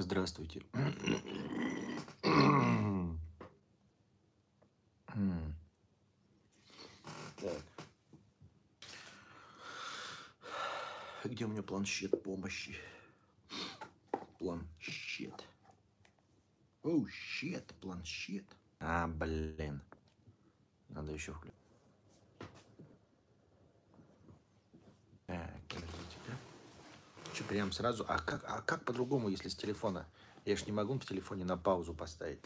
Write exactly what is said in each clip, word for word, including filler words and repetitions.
Здравствуйте. Так. Где у меня планшет помощи? Планшет. Оу, щет, планшет. А, блин. Надо еще включить. Так, подождите-ка. Что, прям сразу? А как, а как по-другому, если с телефона? Я ж не могу в телефоне на паузу поставить.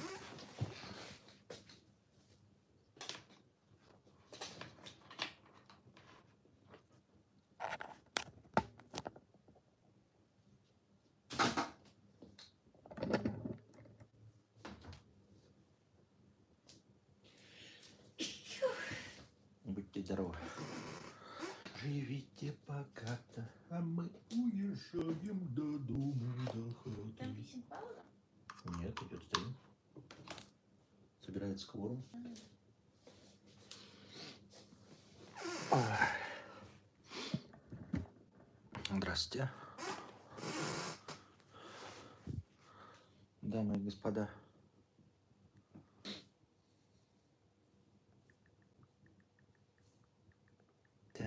Будьте здоровы. Живите пока-то, а мы уезжаем до дома, до хаты. Там писем пауза? Нет, идет стрим. Собирается кворум. Здравствуйте. Дамы и господа. Так.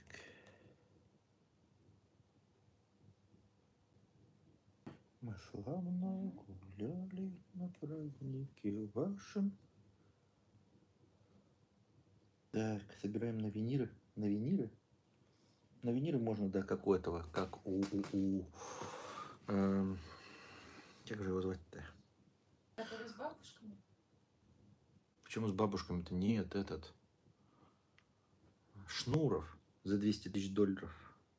Мы славно гуляли на празднике вашем. Так, собираем на виниры. На виниры? На виниры можно, да, как у этого, как у... у, у эм, как же его звать-то? Который с бабушками? Почему с бабушками-то? Нет, этот... Шнуров за двести тысяч долларов.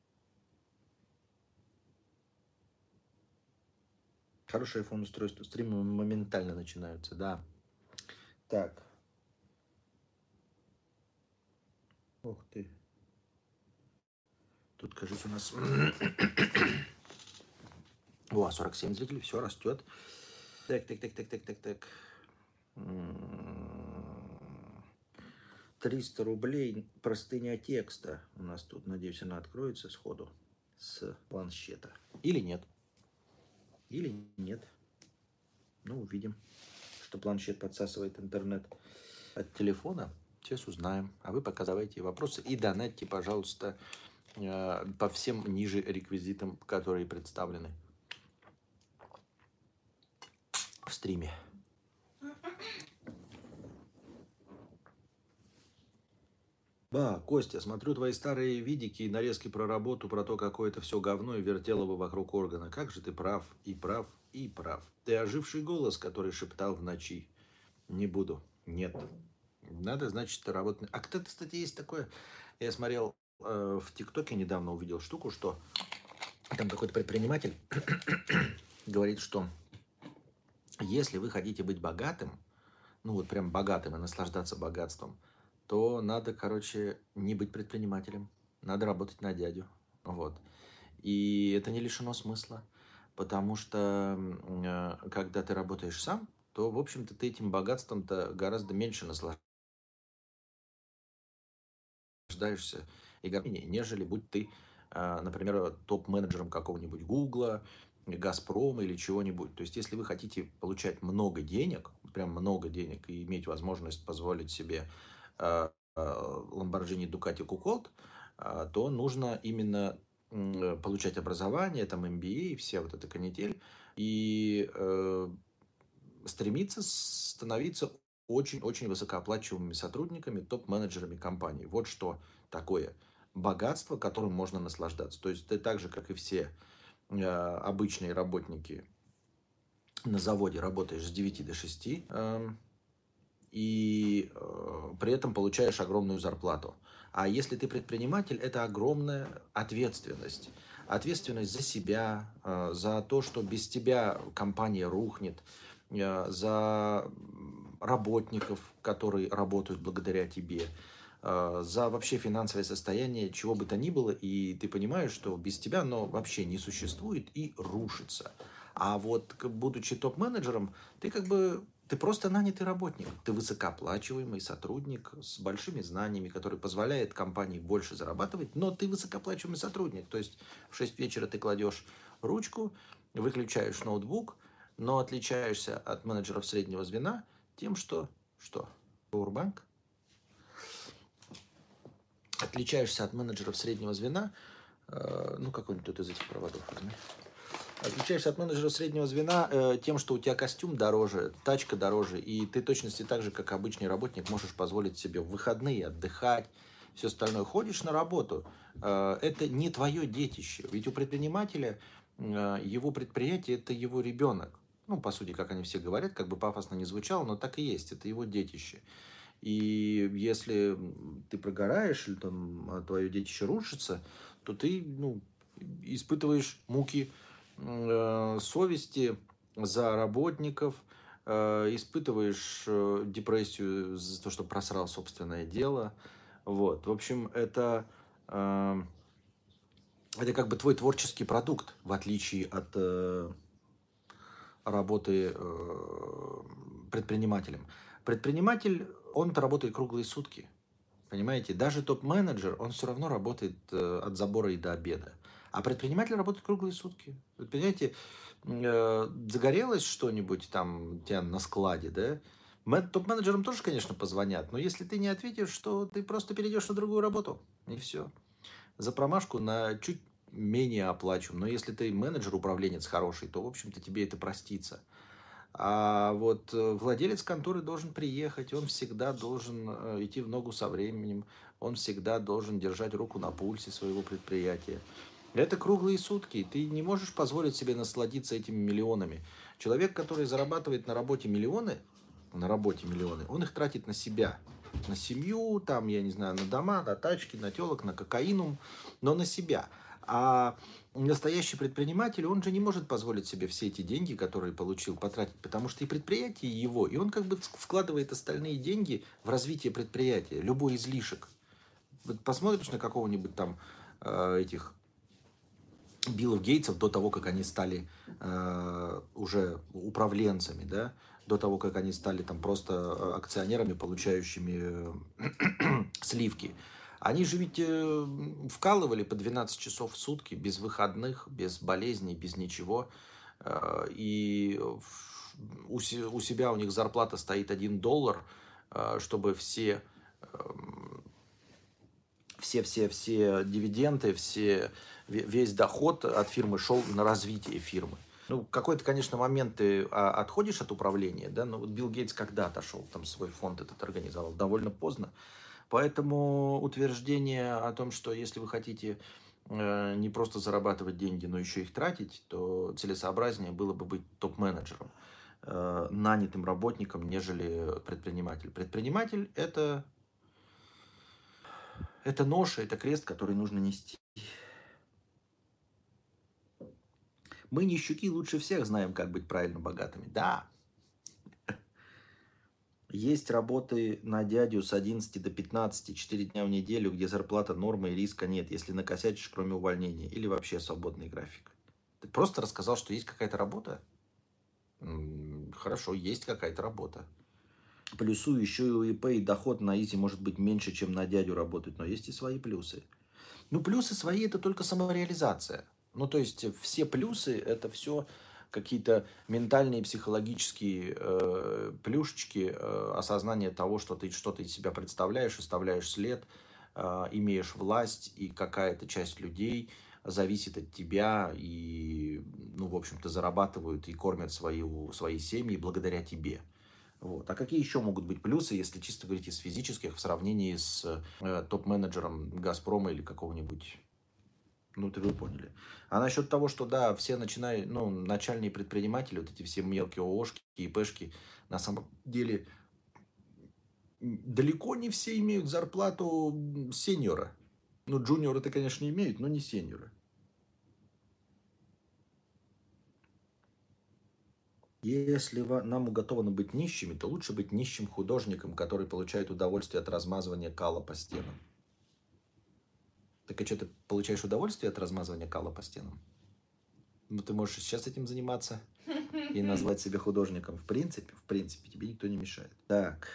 Хорошее iPhone устройство. Стримы моментально начинаются, да. Так. Ух ты. Тут, кажется, у нас... О, сорок семь зрителей, все растет. Так, так, так, так, так, так, так. триста рублей простыня текста. У нас тут, надеюсь, она откроется сходу с планшета. Или нет. Или нет. Ну, увидим, что планшет подсасывает интернет от телефона. Сейчас узнаем. А вы пока задавайте вопросы и донатьте, пожалуйста, по всем ниже реквизитам, которые представлены в стриме. Ба, Костя, смотрю твои старые видики и нарезки про работу, про то, какое это все говно и вертелово вокруг органа. Как же ты прав, и прав, и прав. Ты оживший голос, который шептал в ночи. Не буду. Нет. Надо, значит, работать. А кто-то, кстати, есть такое. Я смотрел э, в ТикТоке недавно, увидел штуку, что там какой-то предприниматель говорит, что если вы хотите быть богатым, ну вот прям богатым и наслаждаться богатством, то надо, короче, не быть предпринимателем. Надо работать на дядю. Вот. И это не лишено смысла, потому что э, когда ты работаешь сам, то, в общем-то, ты этим богатством-то гораздо меньше наслаждаешься и гордыней, нежели будь ты, э, например, топ-менеджером какого-нибудь Гугла, Газпрома или чего-нибудь. То есть, если вы хотите получать много денег, прям много денег, и иметь возможность позволить себе э, э, Lamborghini Ducati Coupé, э, то нужно именно э, получать образование, там эм би эй, вся вот эта канитель, и э, стремиться становиться очень-очень высокооплачиваемыми сотрудниками, топ-менеджерами компании. Вот что такое богатство, которым можно наслаждаться. То есть ты так же, как и все э, обычные работники на заводе, работаешь с девяти до шести, э, и э, при этом получаешь огромную зарплату. А если ты предприниматель, это огромная ответственность. Ответственность за себя, э, за то, что без тебя компания рухнет, э, за работников, которые работают благодаря тебе, э, за вообще финансовое состояние чего бы то ни было, и ты понимаешь, что без тебя оно вообще не существует и рушится. А вот будучи топ-менеджером, ты как бы ты просто нанятый работник, ты высокооплачиваемый сотрудник с большими знаниями, который позволяет компании больше зарабатывать, но ты высокооплачиваемый сотрудник. То есть в шесть вечера ты кладешь ручку, выключаешь ноутбук но отличаешься от менеджеров среднего звена тем, что... Что? Powerbank? Отличаешься от менеджеров среднего звена, э, ну, какой-нибудь тут из этих проводов возьми. Отличаешься от менеджера среднего звена э, тем, что у тебя костюм дороже, тачка дороже, и ты точности так же, как обычный работник, можешь позволить себе в выходные отдыхать, все остальное. Ходишь на работу, э, это не твое детище. Ведь у предпринимателя э, его предприятие – это его ребенок. Ну, по сути, как они все говорят, как бы пафосно не звучало, но так и есть, это его детище. И если ты прогораешь, или там твое детище рушится, то ты, ну, испытываешь муки э, совести за работников, э, испытываешь э, депрессию за то, что просрал собственное дело. Вот. В общем, это, э, это как бы твой творческий продукт, в отличие от э, работы э, предпринимателем. Предприниматель, он-то работает круглые сутки. Понимаете, даже топ-менеджер, он все равно работает э, от забора и до обеда. А предприниматель работает круглые сутки. Вы понимаете, э, загорелось что-нибудь там у тебя на складе, да? Мэ- Топ-менеджерам тоже, конечно, позвонят, но если ты не ответишь, то ты просто перейдешь на другую работу. И все. За промашку на чуть менее оплачиваем. Но если ты менеджер, управленец хороший, то, в общем-то, тебе это простится. А вот э, владелец конторы должен приехать, он всегда должен э, идти в ногу со временем, он всегда должен держать руку на пульсе своего предприятия. Это круглые сутки, ты не можешь позволить себе насладиться этими миллионами. Человек, который зарабатывает на работе миллионы, на работе миллионы, он их тратит на себя, на семью, там, я не знаю, на дома, на тачки, на телок, на кокаинум, но на себя. А настоящий предприниматель, он же не может позволить себе все эти деньги, которые получил, потратить, потому что и предприятие его, и он как бы вкладывает остальные деньги в развитие предприятия, любой излишек. Вот посмотришь на какого-нибудь там э, этих Биллов Гейтсов до того, как они стали э, уже управленцами, да, до того, как они стали там просто э, акционерами, получающими э, сливки. Они же ведь э, вкалывали по двенадцать часов в сутки, без выходных, без болезней, без ничего. Э, и в- у, се- у себя у них зарплата стоит один доллар, э, чтобы все все-все-все дивиденды, все, весь доход от фирмы шел на развитие фирмы. Ну, какой-то, конечно, момент ты а, отходишь от управления, да, но вот Билл Гейтс когда отошел, там свой фонд этот организовал, довольно поздно. Поэтому утверждение о том, что если вы хотите э, не просто зарабатывать деньги, но еще их тратить, то целесообразнее было бы быть топ-менеджером, э, нанятым работником, нежели предприниматель. Предприниматель это это ноша, это крест, который нужно нести. Мы, нищуки, лучше всех знаем, как быть правильно богатыми. Да, есть работы на дядю с одиннадцати до пятнадцати, четыре дня в неделю, где зарплата норма и риска нет, если накосячишь, кроме увольнения. Или вообще свободный график. Ты просто рассказал, что есть какая-то работа? М, Хорошо, есть какая-то работа. Плюсую еще и у ИП, и доход на изи может быть меньше, чем на дядю работать, но есть и свои плюсы. Ну, плюсы свои – это только самореализация. Ну, то есть, э, все плюсы – это все какие-то ментальные, психологические э, плюшечки, э, осознание того, что ты что-то из себя представляешь, оставляешь след, э, имеешь власть, и какая-то часть людей зависит от тебя, и, ну, в общем-то, зарабатывают и кормят свою, свои семьи благодаря тебе. Вот. А какие еще могут быть плюсы, если чисто говорить из физических в сравнении с э, топ-менеджером «Газпрома» или какого-нибудь, ну, ты вы поняли. А насчет того, что, да, все начинают, ну, начальные предприниматели, вот эти все мелкие ООшки, ИПшки, на самом деле м, далеко не все имеют зарплату м, сеньора. Ну, джуниоры-то, конечно, имеют, но не сеньоры. Если ва- нам уготовано быть нищими, то лучше быть нищим художником, который получает удовольствие от размазывания кала по стенам. Так и что, ты получаешь удовольствие от размазывания кала по стенам? Ну, ты можешь и сейчас этим заниматься и назвать себя художником. В принципе, в принципе, тебе никто не мешает. Так.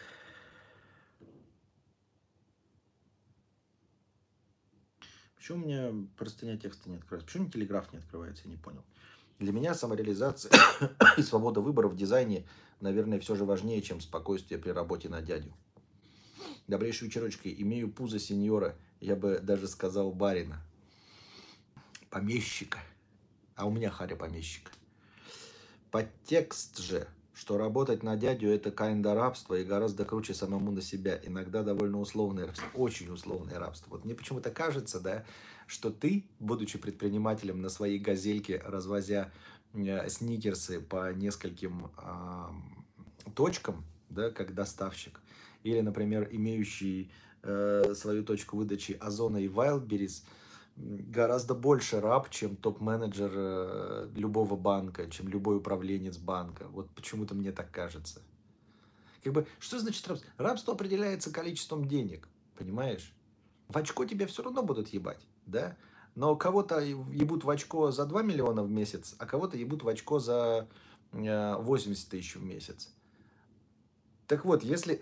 Почему у меня простыня текста не открывается? Почему у меня телеграф не открывается? Я не понял. Для меня самореализация и свобода выбора в дизайне, наверное, все же важнее, чем спокойствие при работе на дядю. Добрейшей вечерочки. Имею пузо сеньора, я бы даже сказал барина. Помещика. А у меня харя помещика. Подтекст же, что работать на дядю это kinda рабство и гораздо круче самому на себя. Иногда довольно условное рабство. Очень условное рабство. Вот мне почему-то кажется, да, что ты, будучи предпринимателем на своей газельке, развозя э, сникерсы по нескольким э, точкам, да, как доставщик, или, например, имеющий э, свою точку выдачи Озона и Wildberries, гораздо больше раб, чем топ-менеджер э, любого банка, чем любой управленец банка. Вот почему-то мне так кажется. Как бы, что значит рабство? Рабство определяется количеством денег, понимаешь? В очко тебя все равно будут ебать, да? Но кого-то ебут в очко за два миллиона в месяц, а кого-то ебут в очко за э, восемьдесят тысяч в месяц. Так вот, если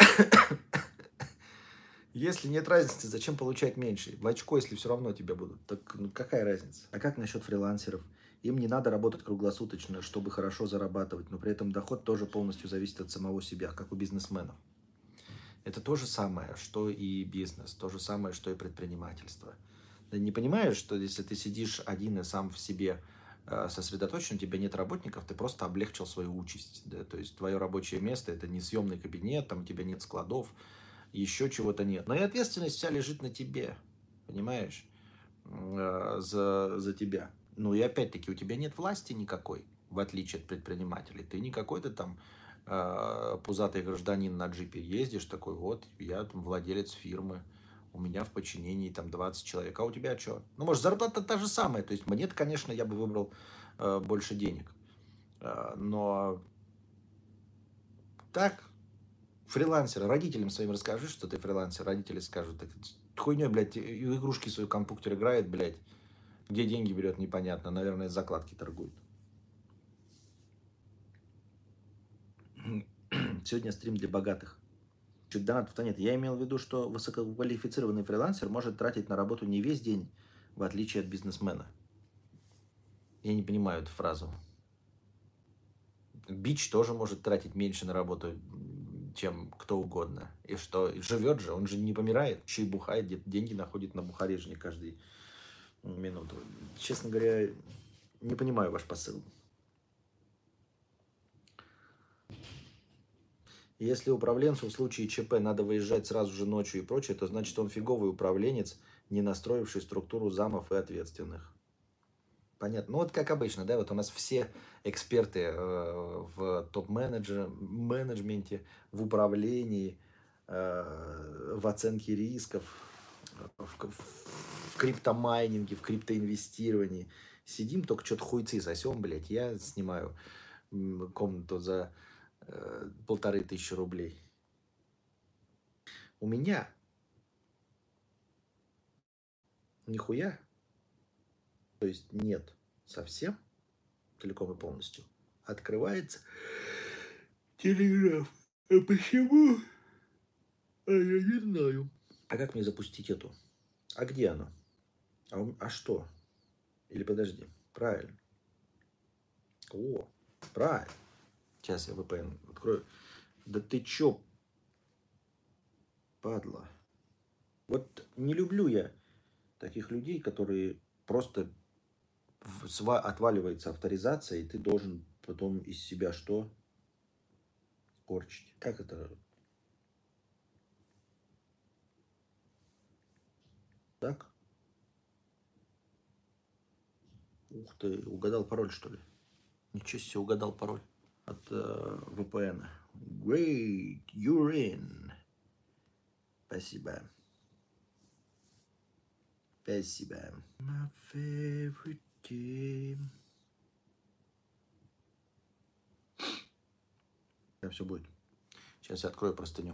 Если нет разницы, зачем получать меньше? В очко, если все равно тебя будут. Так ну, какая разница? А как насчет фрилансеров? Им не надо работать круглосуточно, чтобы хорошо зарабатывать, но при этом доход тоже полностью зависит от самого себя, как у бизнесменов. Это то же самое, что и бизнес, то же самое, что и предпринимательство. Ты не понимаешь, что если ты сидишь один и сам в себе э, сосредоточен, у тебя нет работников, ты просто облегчил свою участь. Да? То есть твое рабочее место это не съемный кабинет, там у тебя нет складов, еще чего-то нет. Но и ответственность вся лежит на тебе, понимаешь, Э, за, за тебя. Ну и опять-таки у тебя нет власти никакой, в отличие от предпринимателей. Ты не какой-то там э, пузатый гражданин на джипе ездишь, такой вот, я там владелец фирмы, у меня в подчинении там двадцать человек, а у тебя что? Ну, может, зарплата та же самая, то есть мне-то, конечно, я бы выбрал э, больше денег, Э, но так, фрилансер, родителям своим расскажи, что ты фрилансер, родители скажут, так, хуйней, блядь, и в игрушки свой компьютер играет, блядь, где деньги берет, непонятно, наверное, из закладки торгует. Сегодня стрим для богатых. Чуть донатов-то нет. Я имел в виду, что высококвалифицированный фрилансер может тратить на работу не весь день, в отличие от бизнесмена. Я не понимаю эту фразу. Бич тоже может тратить меньше на работу, чем кто угодно. И что? Живет же, он же не помирает, еще и бухает, где-то деньги находит на бухарежне каждый минуту. Честно говоря, не понимаю ваш посыл. Если управленцу в случае ЧП надо выезжать сразу же ночью и прочее, то значит он фиговый управленец, не настроивший структуру замов и ответственных. Понятно. Ну вот как обычно, да, вот у нас все эксперты э, в топ-менеджменте, в управлении, э, в оценке рисков, в, в криптомайнинге, в криптоинвестировании. Сидим, только что-то хуйцы сосем, блядь. Я снимаю комнату за э, полторы тысячи рублей. У меня нихуя, то есть нет совсем, целиком и полностью, открывается телеграф. А почему? А я не знаю. А как мне запустить эту? А где оно? А, у- а что? Или подожди. Правильно. О, правильно. Сейчас я ви пи эн открою. Да ты чё, падла? Вот не люблю я таких людей, которые просто в- сва- отваливается авторизация, и ты должен потом из себя что? Корчить. Как это? Так? Ух ты, угадал пароль, что ли? Ничего себе, угадал пароль от э, ви пи эн. Great, you're in. Спасибо. Спасибо. My favorite game. Сейчас все будет. Сейчас я открою простыню.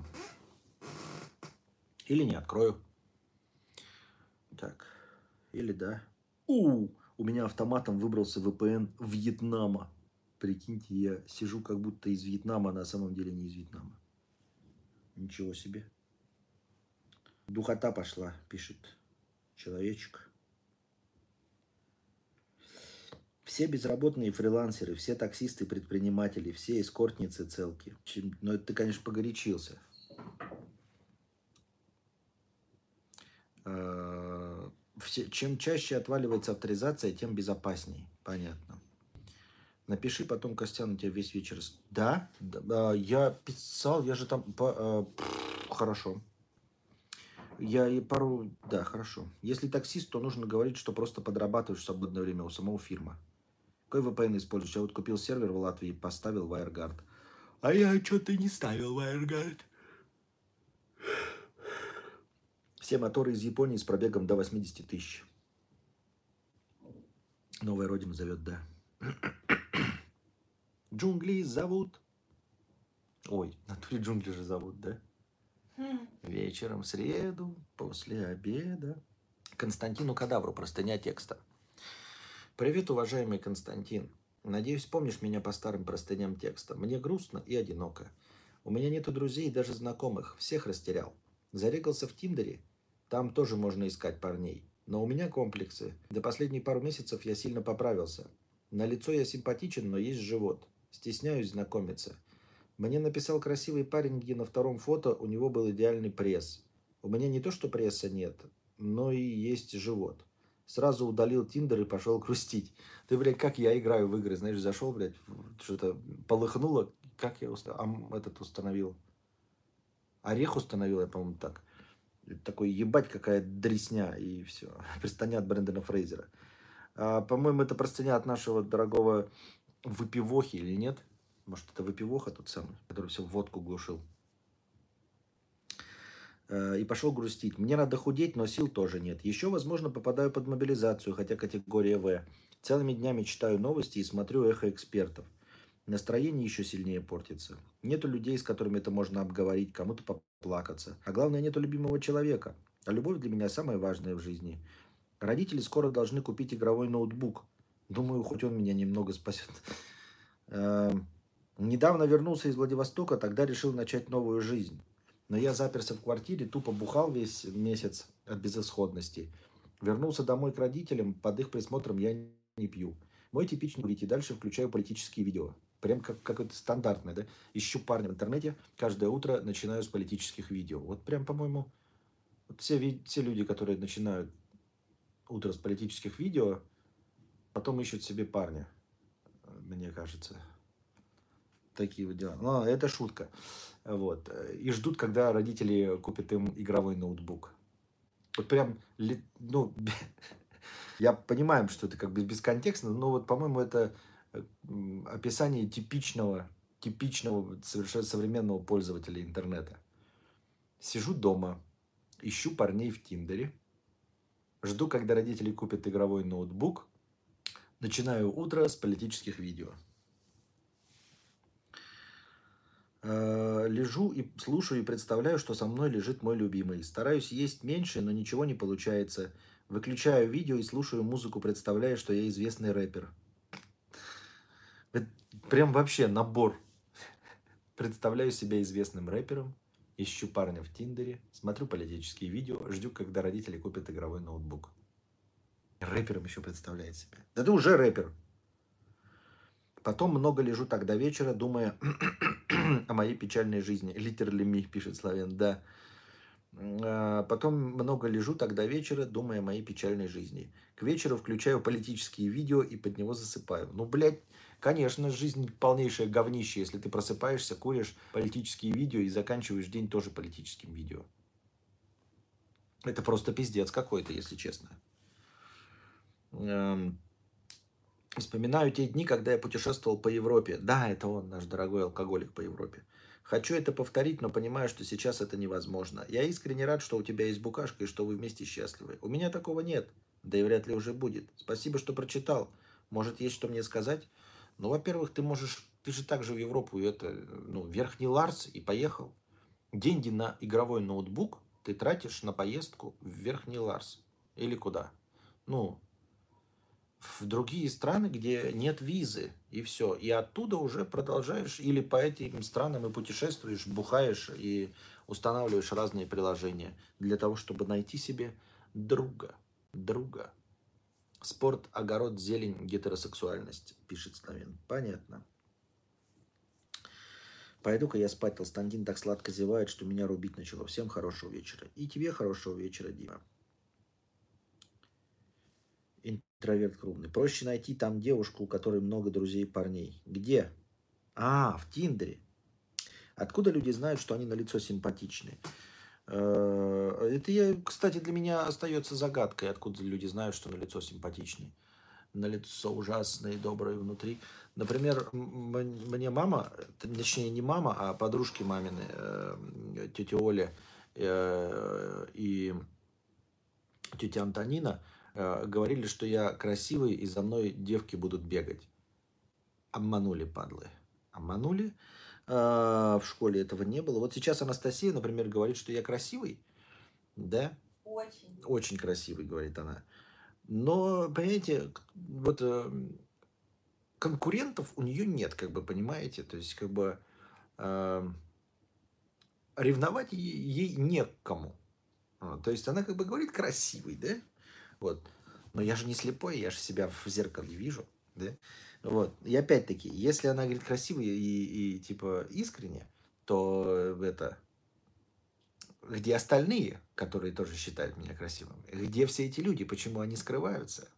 Или не открою. Так. Или да. У, у меня автоматом выбрался ви пи эн Вьетнама. Прикиньте, я сижу как будто из Вьетнама, а на самом деле не из Вьетнама. Ничего себе. Духота пошла, пишет человечек. Все безработные фрилансеры, все таксисты, предприниматели, все эскортницы целки. Чем... Ну, это ты, конечно, погорячился. Э, все... Чем чаще отваливается авторизация, тем безопасней. Понятно. Напиши потом, Костян, у тебя весь вечер... Да? Да, я писал, я же там... По... э, пф, Хорошо. Я и пару... Да, хорошо. Если таксист, то нужно говорить, что просто подрабатываешь в свободное время у самого фирмы. Какой ви пи эн используешь? Я вот купил сервер в Латвии, поставил WireGuard. А я что-то не ставил WireGuard. Все моторы из Японии с пробегом до восьмидесяти тысяч. Новая родина зовет, да. Джунгли зовут. Ой, на туре джунгли же зовут, да? Хм. Вечером в среду, после обеда. Константину Кадавру, простыня текста. Привет, уважаемый Константин. Надеюсь, помнишь меня по старым простыням текста. Мне грустно и одиноко. У меня нету друзей и даже знакомых. Всех растерял. Зарегался в Тиндере. Там тоже можно искать парней. Но у меня комплексы. За последние пару месяцев я сильно поправился. На лицо я симпатичен, но есть живот. Стесняюсь знакомиться. Мне написал красивый парень, где на втором фото у него был идеальный пресс. У меня не то, что пресса нет, но и есть живот. Сразу удалил Тиндер и пошел грустить. Ты, блядь, как я играю в игры, знаешь, зашел, блядь, что-то полыхнуло. Как я уста... а, этот установил? Орех установил, я, по-моему, так. Такой, ебать, какая дресня, и все. Простыня от Брэндона Фрейзера. А, по-моему, это простыня от нашего дорогого выпивохи или нет? Может, это выпивоха тот самый, который все в водку глушил. И пошел грустить. Мне надо худеть, но сил тоже нет. Еще, возможно, попадаю под мобилизацию, хотя категория В. Целыми днями читаю новости и смотрю эхо экспертов. Настроение еще сильнее портится. Нету людей, с которыми это можно обговорить, кому-то поплакаться. А главное, нету любимого человека. А любовь для меня самое важное в жизни. Родители скоро должны купить игровой ноутбук. Думаю, хоть он меня немного спасет. Недавно вернулся из Владивостока, тогда решил начать новую жизнь. Но я заперся в квартире, тупо бухал весь месяц от безысходности. Вернулся домой к родителям, под их присмотром я не пью. Мой типичный курить, и дальше включаю политические видео. Прям как какое-то стандартное, да? Ищу парня в интернете, каждое утро начинаю с политических видео. Вот прям, по-моему, вот все, все люди, которые начинают утро с политических видео, потом ищут себе парня, мне кажется. Такие вот дела. Но это шутка. Вот. И ждут, когда родители купят им игровой ноутбук. Вот прям, ну, я понимаю, что это как бы бесконтекстно, но вот, по-моему, это описание типичного, типичного совершенно современного пользователя интернета. Сижу дома, ищу парней в Тиндере, жду, когда родители купят игровой ноутбук, начинаю утро с политических видео. Лежу и слушаю и представляю, что со мной лежит мой любимый. Стараюсь есть меньше, но ничего не получается. Выключаю видео и слушаю музыку, представляя, что я известный рэпер. Это прям вообще набор. Представляю себя известным рэпером, ищу парня в Тиндере, смотрю политические видео, жду, когда родители купят игровой ноутбук. Рэпером еще представляет себя. Да ты уже рэпер. Потом много лежу так до вечера, думая о моей печальной жизни. Literally me, пишет Славян, да. Потом много лежу так до вечера, думая о моей печальной жизни. К вечеру включаю политические видео и под него засыпаю. Ну, блядь, конечно, жизнь полнейшее говнище, если ты просыпаешься, куришь политические видео и заканчиваешь день тоже политическим видео. Это просто пиздец какой-то, если честно. Вспоминаю те дни, когда я путешествовал по Европе. Да, это он, наш дорогой алкоголик по Европе. Хочу это повторить, но понимаю, что сейчас это невозможно. Я искренне рад, что у тебя есть букашка и что вы вместе счастливы. У меня такого нет, да и вряд ли уже будет. Спасибо, что прочитал. Может, есть что мне сказать? Ну, во-первых, ты можешь... Ты же также в Европу, это, ну, Верхний Ларс и поехал. Деньги на игровой ноутбук ты тратишь на поездку в Верхний Ларс. Или куда? Ну... в другие страны, где нет визы, и все. И оттуда уже продолжаешь, или по этим странам и путешествуешь, бухаешь и устанавливаешь разные приложения для того, чтобы найти себе друга. Друга. Спорт, огород, зелень, гетеросексуальность, пишет Славин. Понятно. Пойду-ка я спать, Толстантин так сладко зевает, что меня рубить начало. Всем хорошего вечера. И тебе хорошего вечера, Дима. Интроверт крупный. Проще найти там девушку, у которой много друзей и парней. Где? А, в Тиндере. Откуда люди знают, что они на лицо симпатичные? Э, Это, я, кстати, для меня остается загадкой, откуда люди знают, что на лицо симпатичные. На лицо ужасное и доброе внутри. Например, м- м- мне мама, т- точнее не мама, а подружки мамины, э, тетя Оля э, и тетя Антонина э, говорили, что я красивый и за мной девки будут бегать. Обманули, падлы. Обманули. А, в школе этого не было. Вот сейчас Анастасия, например, говорит, что я красивый. Да? Очень. Очень красивый, говорит она. Но, понимаете, к- вот э, конкурентов у нее нет, как бы, понимаете? То есть, как бы, э, ревновать ей, ей не к кому. А, То есть, она как бы говорит красивый, да? Вот. Но я же не слепой, я же себя в зеркале вижу, да? Вот. И опять-таки, если она говорит красиво и, и, типа искренне, то э, это где остальные, которые тоже считают меня красивым? Где все эти люди? Почему они скрываются?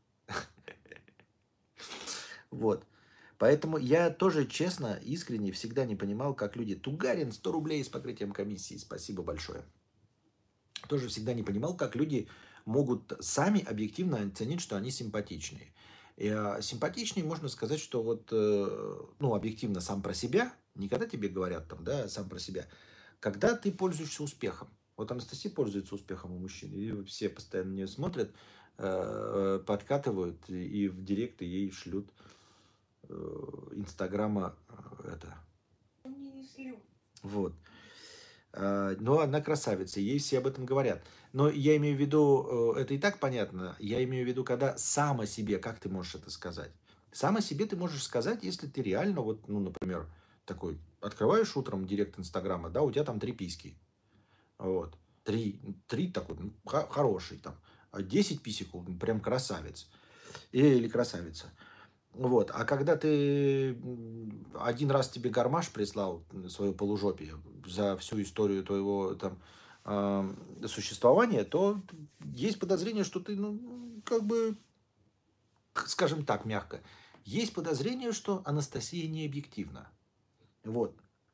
Вот. Поэтому я тоже честно, искренне всегда не понимал, как люди... Тугарин, сто рублей с покрытием комиссии. Спасибо большое. Тоже всегда не понимал, как люди могут сами объективно оценить, что они симпатичные. И, а, симпатичнее можно сказать, что вот, э, ну, объективно сам про себя, не когда тебе говорят там, да, сам про себя, когда ты пользуешься успехом. Вот Анастасия пользуется успехом у мужчин, и все постоянно на нее смотрят, э, подкатывают и, и в директы ей шлют э, инстаграма э, это. Мне не шлю. Вот. А, Но она красавица, ей все об этом говорят. Но я имею в виду, э, это и так понятно, я имею в виду, когда сам о себе, как ты можешь это сказать? Сам о себе ты можешь сказать, если ты реально, вот, ну, например, такой, открываешь утром директ Инстаграма, да, у тебя там три письки. Вот. Три, три такой, ну, х- хороший там. А десять писек, ну, прям красавец. Или красавица. Вот. А когда ты м, один раз тебе гармаш прислал свое полужопие за всю историю твоего там ам, существования, то есть подозрение, что ты, ну, как бы, скажем так, мягко, есть подозрение, что Анастасия не объективна. Вот.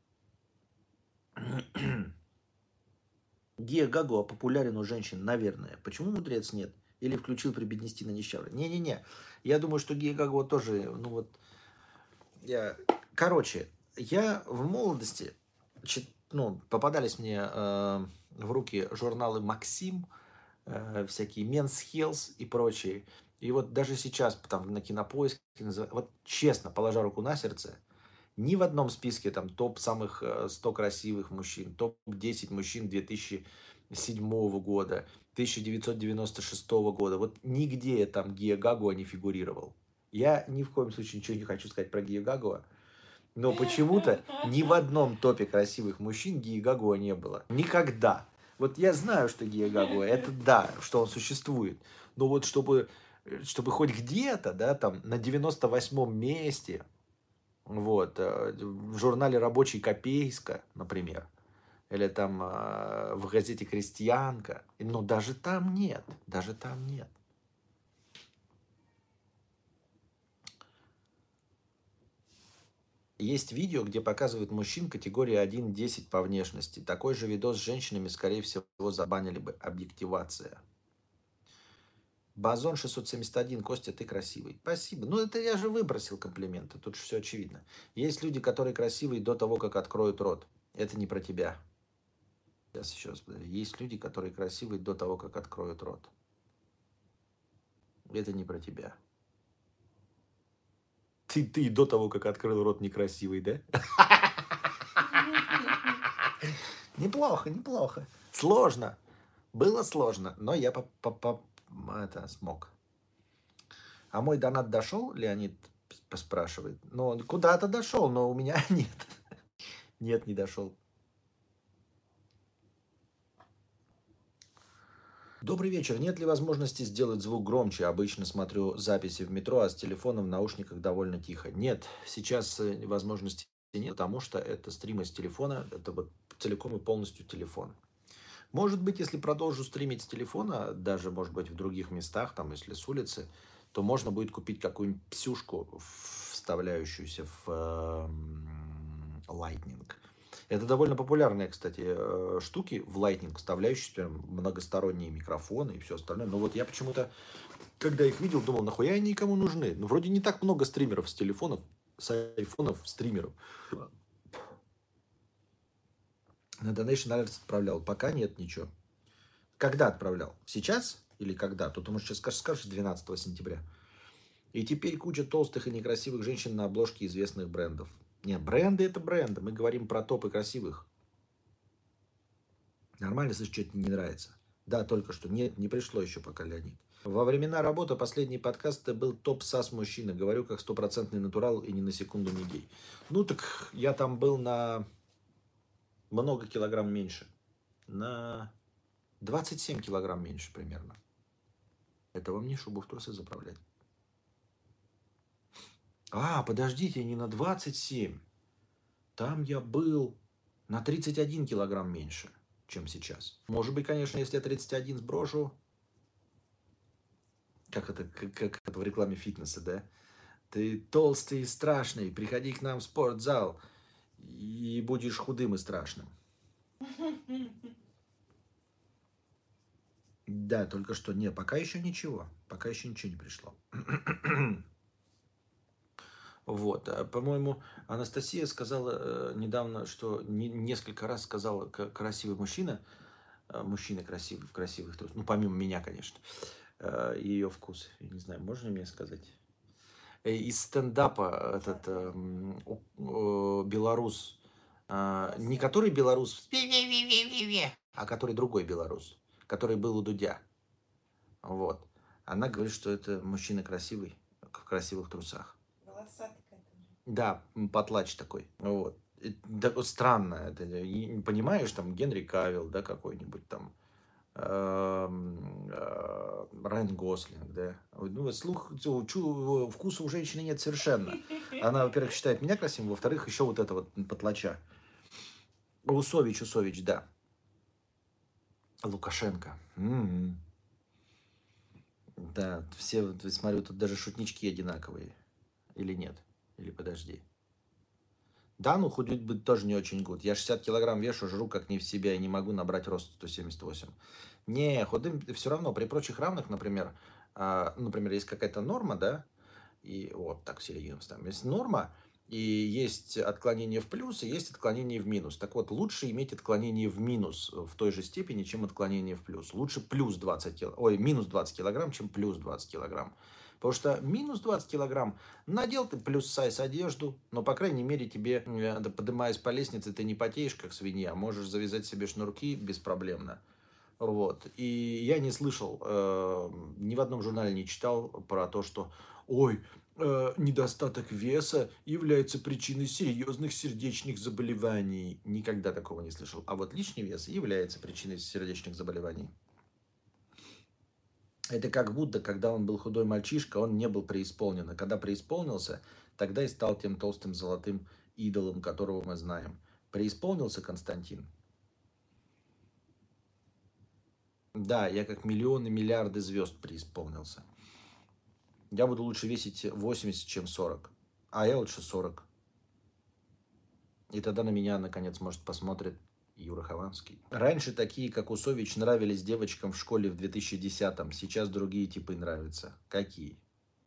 Гея Гагуа популярен у женщин, наверное. Почему мудрец нет? Или включил прибеднести на нищавы? Не-не-не. Я думаю, что Гея Гагуа тоже, ну вот, я... Короче, я в молодости, чит- ну, попадались мне э, в руки журналы «Максим», э, всякие «Men's Health» и прочие. И вот даже сейчас там на Кинопоиске, называ- вот честно, положа руку на сердце, ни в одном списке там топ самых э, сто красивых мужчин, топ десять мужчин две тысячи седьмого года, тысяча девятьсот девяносто шестого года, вот нигде там Гия Гагуа не фигурировал. Я ни в коем случае ничего не хочу сказать про Гия Гагуа, но почему-то ни в одном топе красивых мужчин Гии Гагуа не было. Никогда. Вот я знаю, что Гия Гагуа, это да, что он существует. Но вот чтобы, э, чтобы хоть где-то, да, там на девяносто восьмом месте, вот, э, в журнале «Рабочий Копейска», например, или там э, в газете «Крестьянка», но даже там нет, даже там нет. Есть видео, где показывают мужчин категории один десять по внешности. Такой же видос с женщинами, скорее всего, забанили бы. Объективация. Базон шестьсот семьдесят один. Костя, ты красивый. Спасибо. Ну, это я же выбросил комплименты. Тут же все очевидно. Есть люди, которые красивые до того, как откроют рот. Это не про тебя. Сейчас еще раз подожди. Есть люди, которые красивые до того, как откроют рот. Это не про тебя. Ты, ты до того, как открыл рот, некрасивый, да? Неплохо, неплохо. Сложно. Было сложно, но я по, по, по- это, смог. А мой донат дошел, Леонид спрашивает. Ну, он куда-то дошел, но у меня нет. Нет, не дошел. Добрый вечер. Нет ли возможности сделать звук громче? Обычно смотрю записи в метро, а с телефона в наушниках довольно тихо. Нет, сейчас э, возможности нет, потому что это стримы с телефона, это вот целиком и полностью телефон. Может быть, если продолжу стримить с телефона, даже, может быть, в других местах, там, если с улицы, то можно будет купить какую-нибудь псюшку, вставляющуюся в эм, Lightning. Это довольно популярные, кстати, э, штуки в Lightning, вставляющиеся прям многосторонние микрофоны и все остальное. Но вот я почему-то, когда их видел, думал, нахуя они никому нужны? Ну, вроде не так много стримеров с телефонов, с айфонов стримеров. На Donation Alerts отправлял. Пока нет ничего. Когда отправлял? Сейчас или когда? Тут, может, сейчас скажешь, скажешь двенадцатого сентября. И теперь куча толстых и некрасивых женщин на обложке известных брендов. Не, бренды это бренды. Мы говорим про топы красивых. Нормально, слышишь, что тебе не нравится? Да, только что. Нет, не пришло еще пока, Леонид. Во времена работы последний подкаст это был топ САС мужчина. Говорю, как стопроцентный натурал и ни на секунду не гей. Ну так я там был на много килограмм меньше. На двадцать семь килограмм меньше примерно. Это вам не шубу в трусы заправлять. А, подождите, не на двадцать семь. Там я был на тридцать один килограмм меньше, чем сейчас. Может быть, конечно, если я тридцать один сброшу, как это, как, как это в рекламе фитнеса, да? Ты толстый и страшный, приходи к нам в спортзал и будешь худым и страшным. Да, только что, не, пока еще ничего, пока еще ничего не пришло. Вот, по-моему, Анастасия сказала э, недавно, что не, несколько раз сказала красивый мужчина, э, мужчина красивый в красивых трусах, ну помимо меня, конечно, э, ее вкус, я не знаю, можно мне сказать? Э, из стендапа этот э, э, белорус, э, не который белорус, а который другой белорус, который был у Дудя, вот, она говорит, что это мужчина красивый в красивых трусах. Да, потлач такой. Вот. Да, вот странно. Это, понимаешь, там Генри Кавилл, да, какой-нибудь там. Райан Гослинг, да. Ну, слух, чу, вкуса у женщины нет совершенно. Она, во-первых, считает меня красивым, во-вторых, еще вот это вот потлача. Усович, Усович, да. Лукашенко. М-м. Да, все, смотрю, тут даже шутнички одинаковые. Или нет? Или подожди. Да, ну худеть будет тоже не очень гуд. Я шестьдесят килограмм вешу, жру как не в себя и не могу набрать рост сто семьдесят восемь. Не, худым все равно. При прочих равных, например, э, например, есть какая-то норма, да, и вот так в середину ставим. Есть норма, и есть отклонение в плюс, и есть отклонение в минус. Так вот, лучше иметь отклонение в минус в той же степени, чем отклонение в плюс. Лучше плюс двадцать килограмм, ой, минус двадцать килограмм, чем плюс двадцать килограмм. Потому что минус двадцать килограмм, надел ты плюс сайз одежду, но, по крайней мере, тебе, поднимаясь по лестнице, ты не потеешь, как свинья, можешь завязать себе шнурки беспроблемно. Вот. И я не слышал, э, ни в одном журнале не читал про то, что, ой, э, недостаток веса является причиной серьезных сердечных заболеваний. Никогда такого не слышал. А вот лишний вес является причиной сердечных заболеваний. Это как будто, когда он был худой мальчишка, он не был преисполнен. А когда преисполнился, тогда и стал тем толстым золотым идолом, которого мы знаем. Преисполнился Константин? Да, я как миллионы, миллиарды звезд преисполнился. Я буду лучше весить восемьдесят, чем сорок. А я лучше сорок. И тогда на меня, наконец, может, посмотрит Юра Хованский. Раньше такие, как Усович, нравились девочкам в школе в две тысячи десятом. Сейчас другие типы нравятся. Какие?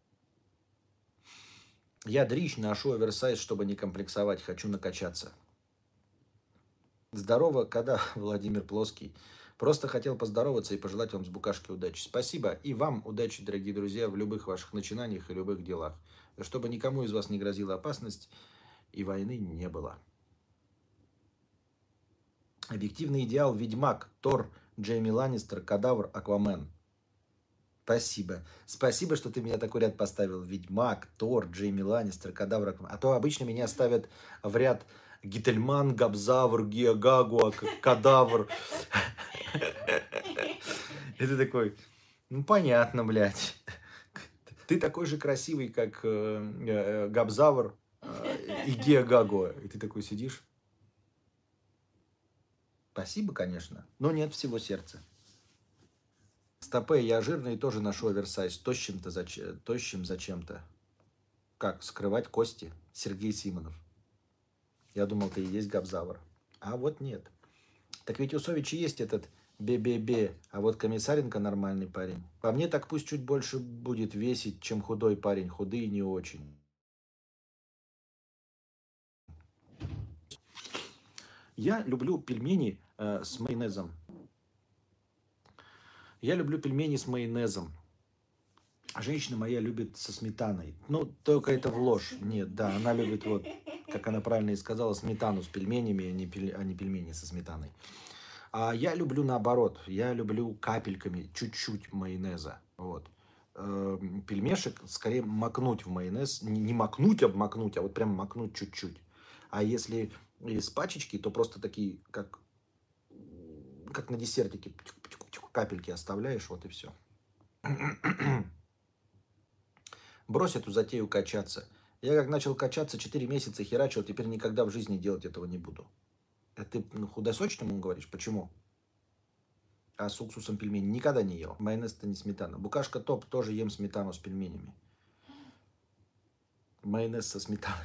Я дрищ ношу оверсайз, чтобы не комплексовать. Хочу накачаться. Здорово, когда Владимир Плоский. Просто хотел поздороваться и пожелать вам с букашки удачи. Спасибо. И вам удачи, дорогие друзья, в любых ваших начинаниях и любых делах. Чтобы никому из вас не грозила опасность и войны не было. Объективный идеал: Ведьмак, Тор, Джейми Ланнистер, Кадавр, Аквамен. Спасибо. Спасибо, что ты меня такой ряд поставил. Ведьмак, Тор, Джейми Ланнистер, Кадавр, Аквамен. А то обычно меня ставят в ряд Гительман, Габзавр, Геогагуа, Кадавр. И ты такой, ну понятно, блядь. Ты такой же красивый, как э, э, Габзавр э, и Гео Гаго. И ты такой сидишь. Спасибо, конечно, но нет всего сердца. Стопэ, я жирный и тоже ношу оверсайз. Тощим-то зачем? Тощим зачем-то. Как? Скрывать кости? Сергей Симонов. Я думал, ты и есть Габзавр. А вот нет. Так ведь у Совича есть этот бе-бе-бе, а вот Комиссаренко нормальный парень. По мне так пусть чуть больше будет весить, чем худой парень. Худые не очень. Я люблю пельмени э, с майонезом. Я люблю пельмени с майонезом. А женщина моя любит со сметаной. Ну, только это в ложь. Нет, да, она любит, вот, как она правильно и сказала, сметану с пельменями, а не, пель... а не пельмени со сметаной. А я люблю наоборот. Я люблю капельками, чуть-чуть майонеза. Вот. Э, Пельмешек скорее макнуть в майонез. Не, не макнуть, обмакнуть, а вот прям макнуть чуть-чуть. А если из пачечки, то просто такие, как, как на десертике, капельки оставляешь, вот и все. Брось эту затею качаться. Я как начал качаться четыре месяца херачил, теперь никогда в жизни делать этого не буду. Это ты ну, худосочному говоришь? Почему? А с уксусом пельмени никогда не ел. Майонез-то не сметана. Букашка топ, тоже ем сметану с пельменями. Майонез со сметаной.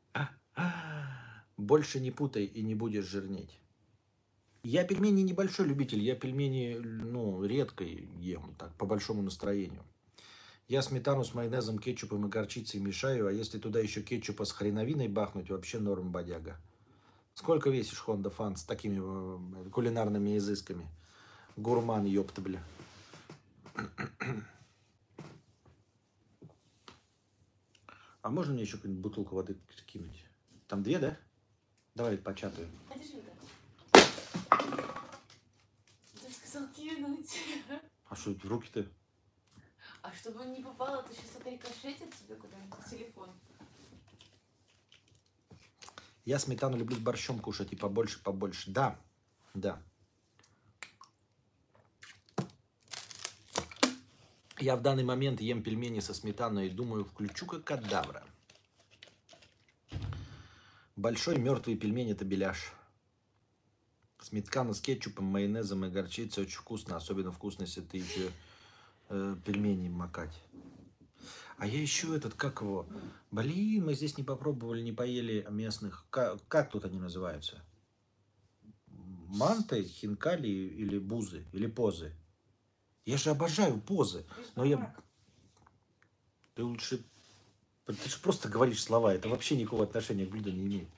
Больше не путай и не будешь жирнеть. Я пельмени небольшой любитель. Я пельмени, ну, редко ем, так, по большому настроению. Я сметану с майонезом, кетчупом и горчицей мешаю, а если туда еще кетчупа с хреновиной бахнуть, вообще норм бодяга. Сколько весишь, Хонда Фан, с такими э, кулинарными изысками? Гурман, ёпта, бля. А можно мне еще какую-нибудь бутылку воды кинуть? Там две, да? Давай початаю. Ты сказал кинуть. А что это в руки-то? А чтобы он не попало, ты сейчас отрикошетит тебе куда-нибудь в телефон. Я сметану люблю с борщом кушать и побольше, побольше. Да, да. Я в данный момент ем пельмени со сметаной и думаю, включу-ка кадавра. Большой мертвый пельмень – это беляш. Сметана с кетчупом, майонезом и горчицей очень вкусно. Особенно вкусно, если ты еще э, пельмени макать. А я еще этот, как его? Блин, мы здесь не попробовали, не поели местных. Как, как тут они называются? Манты, хинкали или бузы, или позы? Я же обожаю позы. Но я... Ты лучше... Ты же просто говоришь слова. Это вообще никакого отношения к блюду не имеет.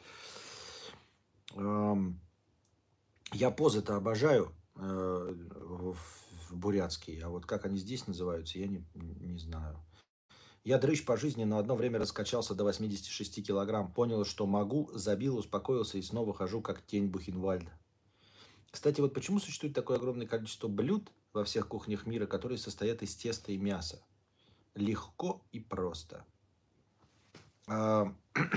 Я позы-то обожаю э, в, в бурятские. А вот как они здесь называются, я не, не знаю. Я дрыщ по жизни, но одно время раскачался до восьмидесяти шести килограмм. Понял, что могу, забил, успокоился и снова хожу как тень Бухенвальда. Кстати, вот почему существует такое огромное количество блюд во всех кухнях мира, которые состоят из теста и мяса? Легко и просто. А,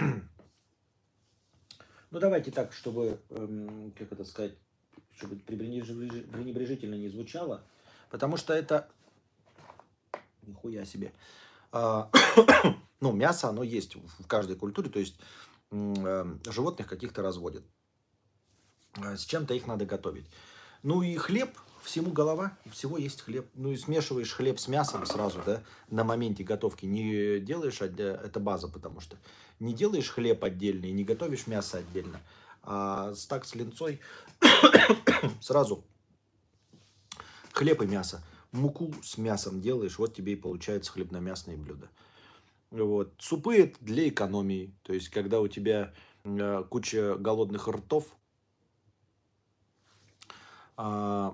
ну, давайте так, чтобы, эм, как это сказать, чтобы пренебрежительно не звучало. Потому что это... Нихуя себе. А, ну, мясо, оно есть в каждой культуре, то есть э, животных каких-то разводят. С чем-то их надо готовить. Ну и хлеб, всему голова, всего есть хлеб. Ну и смешиваешь хлеб с мясом сразу, да, на моменте готовки. Не делаешь, это база, потому что не делаешь хлеб отдельно и не готовишь мясо отдельно. А так с линцой сразу хлеб и мясо. Муку с мясом делаешь, вот тебе и получаются хлебно-мясные блюда. Вот. Супы это для экономии. То есть, когда у тебя э, куча голодных ртов, э,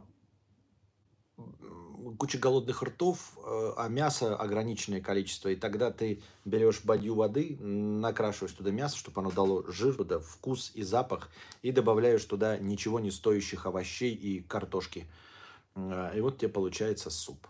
куча голодных ртов, э, а мяса ограниченное количество. И тогда ты берешь бадью воды, накрашиваешь туда мясо, чтобы оно дало жир, туда вкус и запах, и добавляешь туда ничего не стоящих овощей и картошки. Э, и вот тебе получается суп.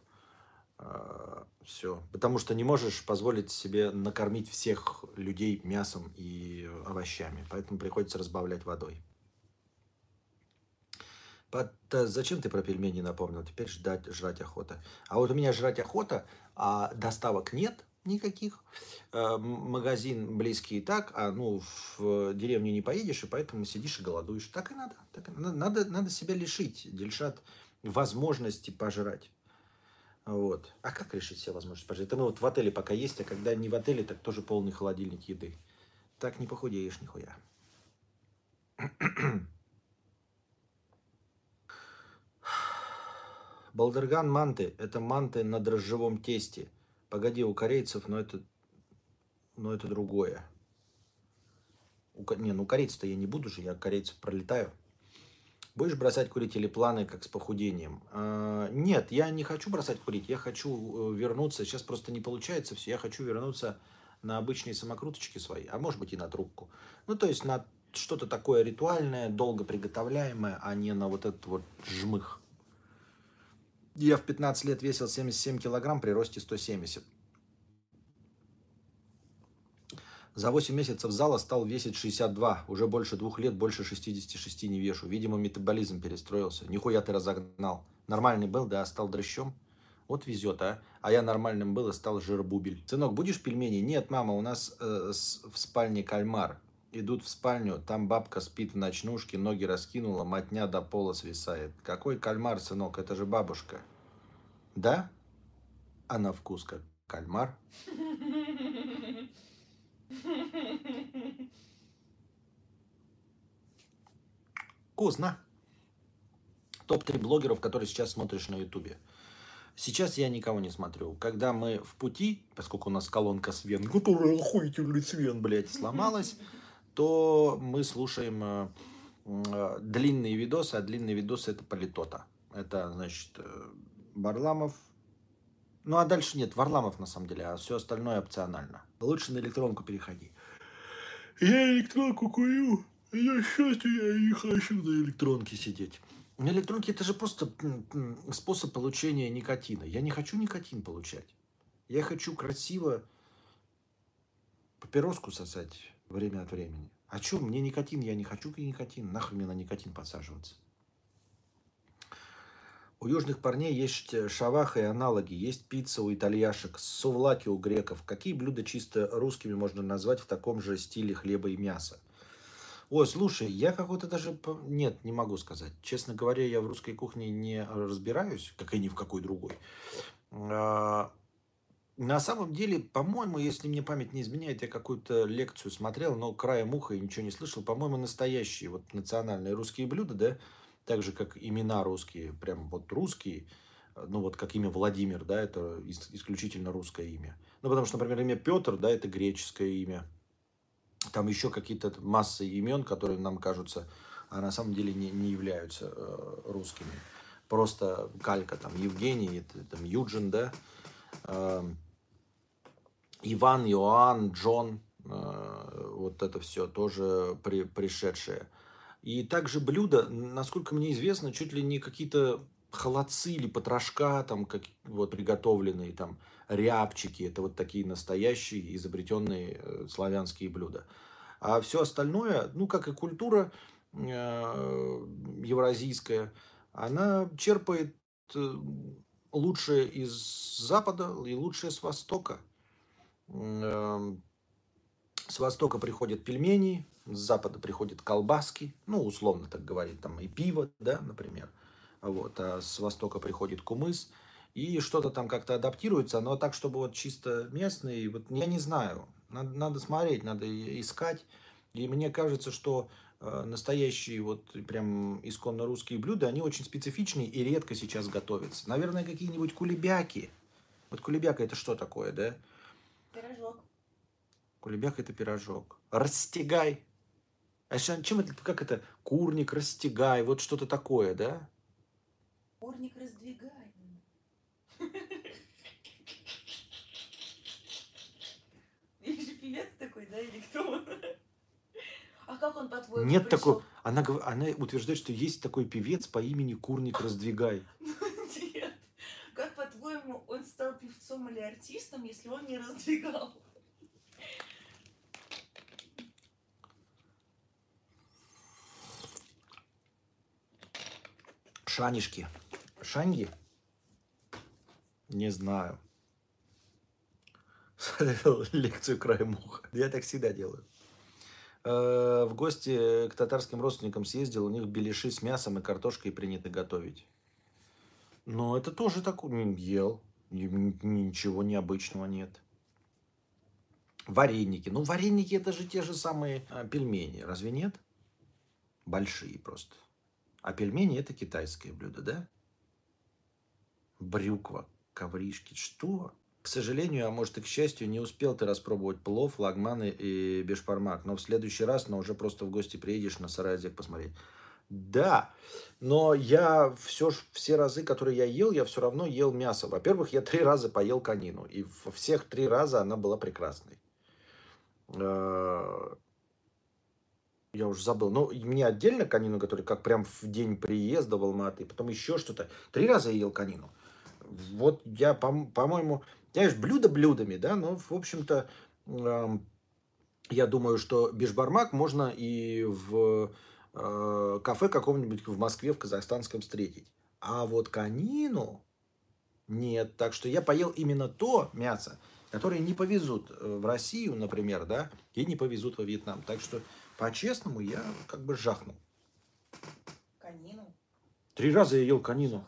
Все. Потому что не можешь позволить себе накормить всех людей мясом и овощами. Поэтому приходится разбавлять водой. Под- э, Зачем ты про пельмени напомнил? Теперь ждать, жрать охота. А вот у меня жрать охота, а доставок нет никаких. Э, м- Магазин близкий и так, а ну в деревню не поедешь, и поэтому сидишь и голодуешь. Так и надо. Так и надо, надо, надо себя лишить, Дильшат, возможности пожрать. Вот. А как решить все возможности пожрать? Это мы вот в отеле пока есть, а когда не в отеле, так тоже полный холодильник еды. Так не похудеешь нихуя. Балдерган манты– это манты на дрожжевом тесте. Погоди, у корейцев, но это, но это другое. У, ко- не, ну корейцев-то я не буду же, я корейцев пролетаю. Будешь бросать курить или планы, как с похудением? А, нет, я не хочу бросать курить, я хочу э, вернуться, сейчас просто не получается все, я хочу вернуться на обычные самокруточки свои, а может быть и на трубку. Ну, то есть на что-то такое ритуальное, долго приготовляемое, а не на вот этот вот жмых. Я в пятнадцать лет весил семьдесят семь килограмм при росте сто семьдесят. За восемь месяцев зала стал весить шестьдесят два. Уже больше двух лет, больше шестидесяти шести не вешу. Видимо, метаболизм перестроился. Нихуя ты разогнал. Нормальный был, да, а стал дрыщом. Вот везет, а. А я нормальным был и стал жирбубель. Сынок, будешь пельмени? Нет, мама, у нас э, с- в спальне кальмар. Идут в спальню, там бабка спит в ночнушке, ноги раскинула, мотня до пола свисает. Какой кальмар, сынок? Это же бабушка. Да? А на вкус как кальмар. Вкусно. Топ три блогеров, которые сейчас смотришь на ютубе. Сейчас я никого не смотрю. Когда мы в пути, поскольку у нас колонка Свен, которая охуительный Свен, блядь, сломалась, то мы слушаем э, э, длинные видосы, а длинные видосы это политота. Это, значит, э, Варламов. Ну, а дальше нет, Варламов на самом деле, а все остальное опционально. Лучше на электронку переходи. Я электронку курю. Я счастью, я не хочу на электронке сидеть. На электронке это же просто м, м, способ получения никотина. Я не хочу никотин получать. Я хочу красиво папироску сосать время от времени. А что, мне никотин, я не хочу никотин. Нахуй мне на никотин подсаживаться. У южных парней есть э, шаваха и аналоги. Есть пицца у итальяшек, сувлаки у греков. Какие блюда чисто русскими можно назвать в таком же стиле хлеба и мяса? Ой, слушай, я какой-то даже... по- Нет, не могу сказать. Честно говоря, я в русской кухне не разбираюсь, как и ни в какой другой. А, На самом деле, по-моему, если мне память не изменяет, я какую-то лекцию смотрел, но краем уха и ничего не слышал. По-моему, настоящие вот национальные русские блюда, да, так же, как имена русские, прям вот русские, э, ну вот как имя Владимир, да, это ис- исключительно русское имя. Ну, потому что, например, имя Петр, да, это греческое имя. Там еще какие-то массы имен, которые нам кажутся, а на самом деле не, не являются э, русскими. Просто калька, там, Евгений, это, там, Юджин, да, э, Иван, Иоанн, Джон, э, вот это все тоже при, пришедшее. И также блюда, насколько мне известно, чуть ли не какие-то холодцы или потрошка, там, как, вот, приготовленные, там, рябчики, это вот такие настоящие, изобретенные э, славянские блюда. А все остальное, ну, как и культура э, евразийская, она черпает э, лучшее из Запада и лучшее с Востока. М, С Востока приходят пельмени, с Запада приходят колбаски, ну, условно так говорить, там и пиво, да, например. Вот, а с Востока приходит кумыс, и что-то там как-то адаптируется, но так, чтобы вот чисто местные, вот я не знаю, надо, надо смотреть, надо и- искать. И мне кажется, что э, настоящие вот прям исконно русские блюда, они очень специфичные и редко сейчас готовятся. Наверное, какие-нибудь кулебяки. Вот кулебяка это что такое, да? Пирожок. Кулебяка это пирожок. Растягай. А ща- чем это, как это? Курник, растягай, вот что-то такое, да? Курник раздвигай. Есть же певец такой, да, или кто он? А как он, по-твоему, Нет такого. пришел? Она, гов- она утверждает, что есть такой певец по имени Курник Раздвигай. Нет. Как, по-твоему, он стал певцом или артистом, если он не раздвигал? Шанишки. Шанги? Не знаю. Лекцию краем уха. Я так всегда делаю. Э, В гости к татарским родственникам съездил, у них беляши с мясом и картошкой принято готовить. Но это тоже так ел. Ничего необычного нет. Вареники. Ну, вареники это же те же самые а, пельмени, разве нет? Большие просто. А пельмени это китайское блюдо, да? Брюква, ковришки. Что? К сожалению, а может и к счастью, не успел ты распробовать плов, лагманы и бешпармак. Но в следующий раз, но уже просто в гости приедешь на Саразик посмотреть. Да, но я все, ж- все разы, которые я ел, я все равно ел мясо. Во-первых, я три раза поел конину. И во всех три раза она была прекрасной. Э, Я уже забыл. Ну, и мне отдельно конину, который как прям в день приезда в Алматы, потом еще что-то. Три раза я ел конину. Вот я, пом- по-моему, знаешь, блюдо блюдами, да, но, в общем-то, эм, я думаю, что бешбармак можно и в э, кафе каком-нибудь в Москве, в казахстанском встретить. А вот конину нет. Так что я поел именно то мясо, которое не повезут э, в Россию, например, да, и не повезут во Вьетнам. Так что, по-честному, я как бы жахнул. Конину. Три раза я ел конину.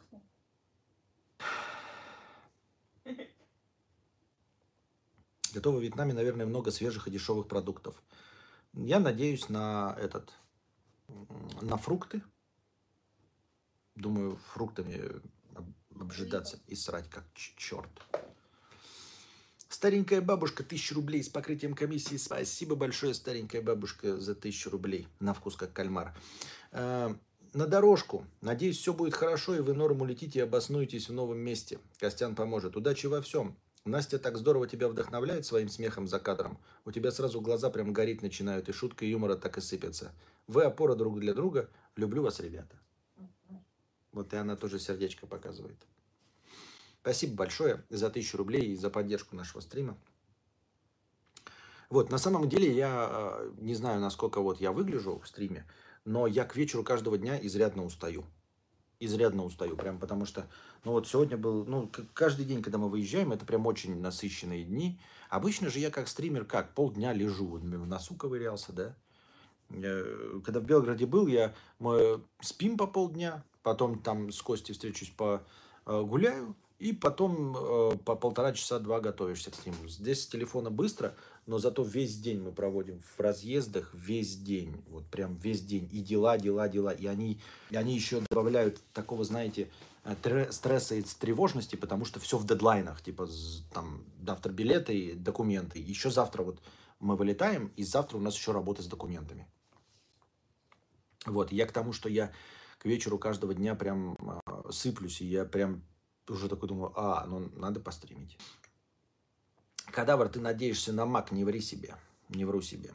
Зато во Вьетнаме, наверное, много свежих и дешевых продуктов. Я надеюсь на этот, м, на фрукты. Думаю, фруктами об- обжидаться и срать как ч- черт. Старенькая бабушка, тысяча рублей с покрытием комиссии. Спасибо большое, старенькая бабушка, за тысячу рублей. На вкус как кальмар. Э, На дорожку. Надеюсь, все будет хорошо, и вы норм улетите и обоснуетесь в новом месте. Костян поможет. Удачи во всем. Настя так здорово тебя вдохновляет своим смехом за кадром. У тебя сразу глаза прям гореть начинают, и шутка и юмора так и сыпятся. Вы опора друг для друга. Люблю вас, ребята. Вот и она тоже сердечко показывает. Спасибо большое за тысячу рублей и за поддержку нашего стрима. Вот, на самом деле я э, не знаю, насколько вот я выгляжу в стриме, но я к вечеру каждого дня изрядно устаю. Изрядно устаю, прям потому что, ну вот сегодня был, ну, к- каждый день, когда мы выезжаем, это прям очень насыщенные дни. Обычно же я как стример, как, полдня лежу, вот в носу ковырялся, да. Э, Когда в Белграде был, я, мы спим по полдня, потом там с Костей встречусь, по э, гуляю, и потом э, по полтора часа два готовишься к стриму. Здесь с телефона быстро, но зато весь день мы проводим в разъездах, весь день, вот прям весь день. И дела, дела, дела. И они, и они еще добавляют такого, знаете, э, тре- стресса и тревожности, потому что все в дедлайнах. Типа з- там завтра билеты, документы. Еще завтра вот мы вылетаем, и завтра у нас еще работа с документами. Вот, я к тому, что я к вечеру каждого дня прям а, сыплюсь, и я прям уже такой думаю, а, ну надо постримить. Кадавр, ты надеешься на маг, не ври себе, не вру себе.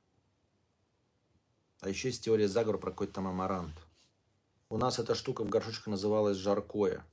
А еще есть теория заговора про какой-то там амарант. У нас эта штука в горшочках называлась жаркое.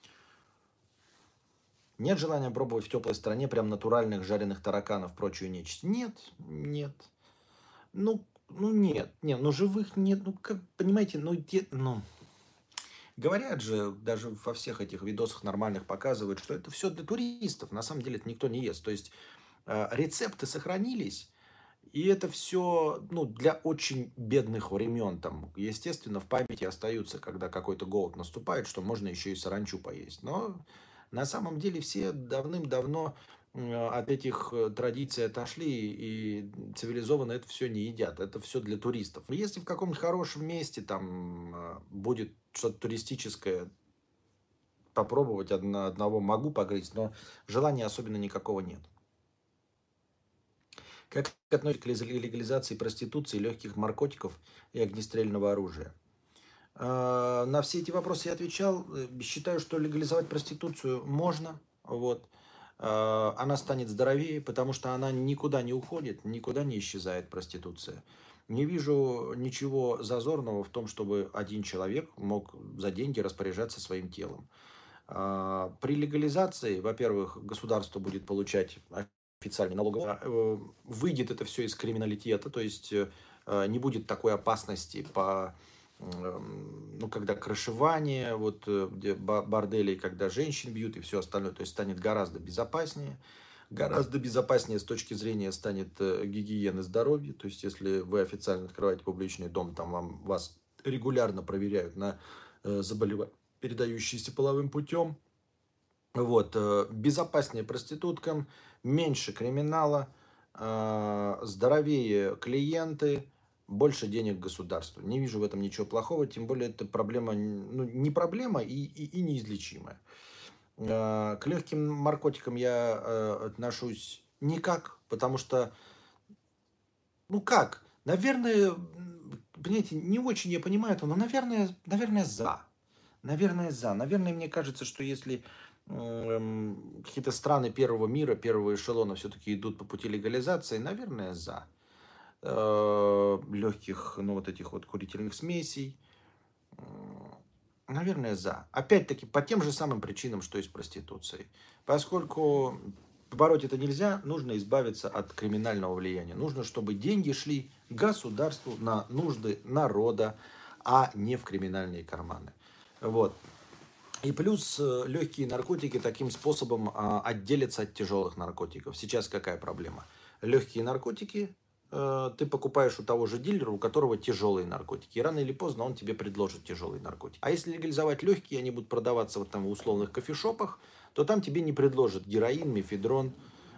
Нет желания пробовать в теплой стране прям натуральных жареных тараканов, прочую нечисть? Нет, нет. Ну, ну нет, нет, ну живых нет, ну как, понимаете, ну, те, ну, говорят же, даже во всех этих видосах нормальных показывают, что это все для туристов. На самом деле это никто не ест. То есть э, рецепты сохранились, и это все, ну, для очень бедных времен. Там, естественно, в памяти остаются, когда какой-то голод наступает, что можно еще и саранчу поесть. Но на самом деле все давным-давно м, от этих э, традиций отошли и цивилизованно это все не едят. Это все для туристов. Если в каком-нибудь хорошем месте там э, будет что-то туристическое, попробовать одно- одного могу погрызть, но желания особенно никакого нет. Как относитесь к легализации проституции, легких наркотиков и огнестрельного оружия? А, На все эти вопросы я отвечал. Э, Считаю, что легализовать проституцию можно. Вот. А, Она станет здоровее, потому что она никуда не уходит, никуда не исчезает проституция. Не вижу ничего зазорного в том, чтобы один человек мог за деньги распоряжаться своим телом. А, При легализации, во-первых, государство будет получать официальный налоговый. А, э, Выйдет это все из криминалитета, то есть э, не будет такой опасности по ну, когда крышевание, вот, э, где бордели, когда женщин бьют и все остальное, то есть станет гораздо безопаснее. Гораздо безопаснее с точки зрения станет э, гигиены здоровья. То есть, если вы официально открываете публичный дом, там вам, вас регулярно проверяют на э, заболевания, передающиеся половым путем. Вот, э, безопаснее проституткам, меньше криминала, э, здоровее клиенты, больше денег государству. Не вижу в этом ничего плохого, тем более это проблема, ну, не проблема и, и, и неизлечимая. Э, К легким наркотикам я э, отношусь никак, потому что, ну как, наверное, м, понимаете, не очень я понимаю это, но, наверное, наверное, за. Наверное, за. Наверное, мне кажется, что если м, какие-то страны первого мира, первого эшелона все-таки идут по пути легализации, наверное, за. Э, легких, ну, вот этих вот курительных смесей, м, наверное, за. Опять-таки, по тем же самым причинам, что и с проституцией. Поскольку побороть это нельзя, нужно избавиться от криминального влияния. Нужно, чтобы деньги шли государству на нужды народа, а не в криминальные карманы. Вот. И плюс э, легкие наркотики таким способом а, отделятся от тяжелых наркотиков. Сейчас какая проблема? Легкие наркотики э, ты покупаешь у того же дилера, у которого тяжелые наркотики. И рано или поздно он тебе предложит тяжелые наркотики. А если легализовать легкие, они будут продаваться вот там в условных кофешопах, то там тебе не предложат героин, мефедрон,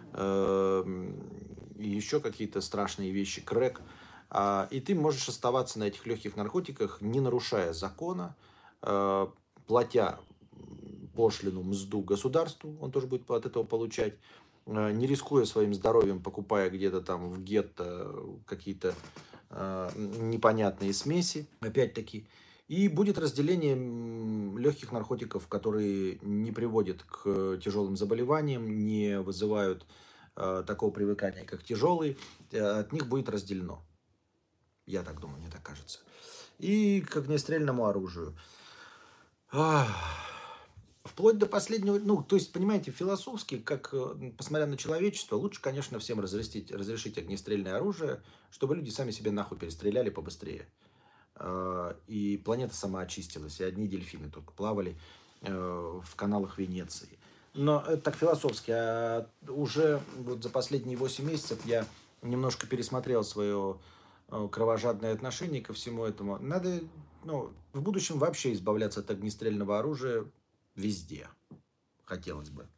э, и еще какие-то страшные вещи, крэк. А, и ты можешь оставаться на этих легких наркотиках, не нарушая закона, э, платя пошлину, мзду государству, он тоже будет от этого получать, э, не рискуя своим здоровьем, покупая где-то там в гетто какие-то э, непонятные смеси, опять-таки. И будет разделение легких наркотиков, которые не приводят к тяжелым заболеваниям, не вызывают э, такого привыкания, как тяжелые. Э, от них будет разделено. Я так думаю, мне так кажется. И к огнестрельному оружию. Ах. Вплоть до последнего, ну, то есть, понимаете, философски, как, э, посмотря на человечество, лучше, конечно, всем разрешить, разрешить огнестрельное оружие, чтобы люди сами себе нахуй перестреляли побыстрее. А, И планета сама очистилась, и одни дельфины только плавали э, в каналах Венеции. Но это так философски. А уже вот за последние восемь месяцев я немножко пересмотрел свое э, кровожадное отношение ко всему этому. Надо, ну, в будущем вообще избавляться от огнестрельного оружия везде. Хотелось бы.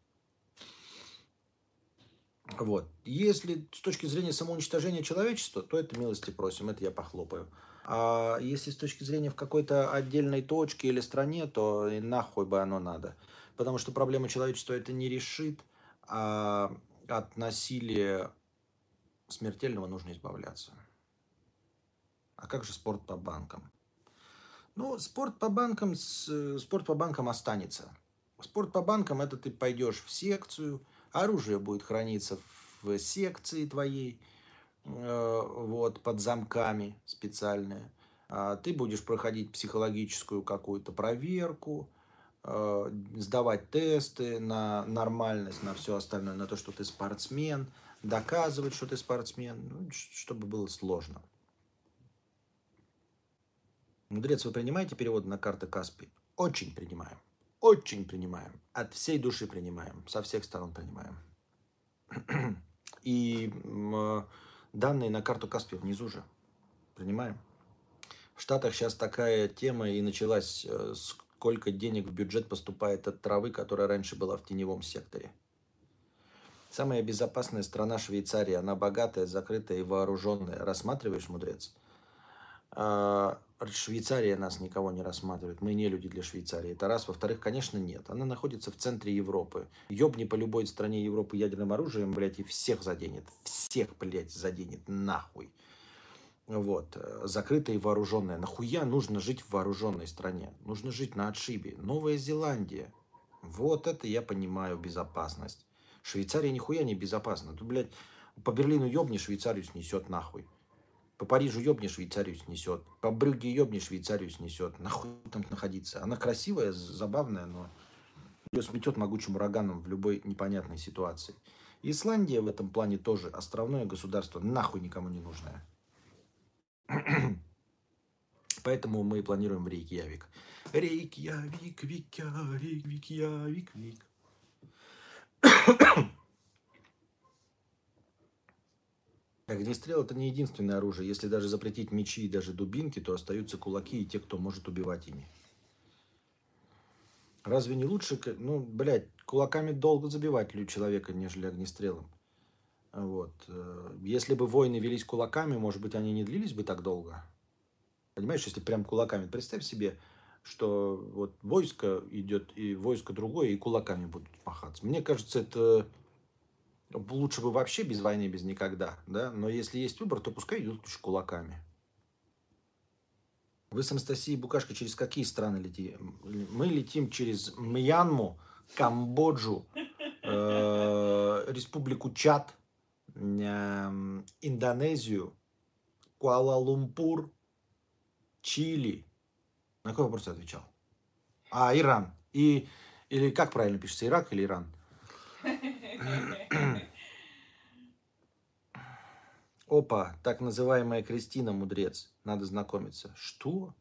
Вот. Если с точки зрения самоуничтожения человечества, то это милости просим, это я похлопаю. А если с точки зрения в какой-то отдельной точке или стране, то и нахуй бы оно надо. Потому что проблема человечества это не решит, а от насилия смертельного нужно избавляться. А как же спорт по банкам? Ну, спорт по банкам, с- спорт по банкам останется. Спорт по банкам это ты пойдешь в секцию, оружие будет храниться в секции твоей, э, вот, под замками специальные. А ты будешь проходить психологическую какую-то проверку, э, сдавать тесты на нормальность, на все остальное, на то, что ты спортсмен, доказывать, что ты спортсмен, ну, ш- чтобы было сложно. Мудрец, вы принимаете перевод на карты Каспи? Очень принимаем. Очень принимаем. От всей души принимаем. Со всех сторон принимаем. И м, э, данные на карту Каспи внизу же. Принимаем. В Штатах сейчас такая тема и началась, э, сколько денег в бюджет поступает от травы, которая раньше была в теневом секторе. Самая безопасная страна Швейцария. Она богатая, закрытая и вооруженная. Рассматриваешь, мудрец? А, Швейцария нас никого не рассматривает. Мы не люди для Швейцарии. Это раз. Во-вторых, конечно, нет. Она находится в центре Европы. Ёбни по любой стране Европы ядерным оружием, блядь, и всех заденет. Всех, блядь, заденет. Нахуй. Вот. э, Закрытая и вооруженная. Нахуя нужно жить в вооруженной стране? Нужно жить на отшибе. Новая Зеландия. Вот это я понимаю безопасность. Швейцария нихуя не безопасна. Тут, блядь, по Берлину ёбни, Швейцарию снесет нахуй. По Парижу ёбни, Швейцарию снесет. По Брюгге ёбни, Швейцарию снесет. Нахуй там находиться? Она красивая, забавная, но ее сметет могучим ураганом в любой непонятной ситуации. Исландия в этом плане тоже островное государство, нахуй никому не нужное. Поэтому мы планируем в Рейкьявик. Рейкьявик, Викя, Рейкьявик, Вик. Огнестрел – это не единственное оружие. Если даже запретить мечи и даже дубинки, то остаются кулаки и те, кто может убивать ими. Разве не лучше, ну, блядь, кулаками долго забивать человека, нежели огнестрелом? Вот. Если бы войны велись кулаками, может быть, они не длились бы так долго. Понимаешь, если прям кулаками. Представь себе, что вот войско идет, и войско другое, и кулаками будут махаться. Мне кажется, это лучше бы вообще без войны, без никогда, да? Но если есть выбор, то пускай идут лучше кулаками. Вы с Анастасией Букашко через какие страны летите? Мы летим через Мьянму, Камбоджу, э, Республику Чад, э, Индонезию, Куала-Лумпур, Чили. На какой вопрос я отвечал? А, Иран. И, или как правильно пишется, Ирак или Иран? Опа, так называемая Кристина Мудрец. Надо знакомиться. Что?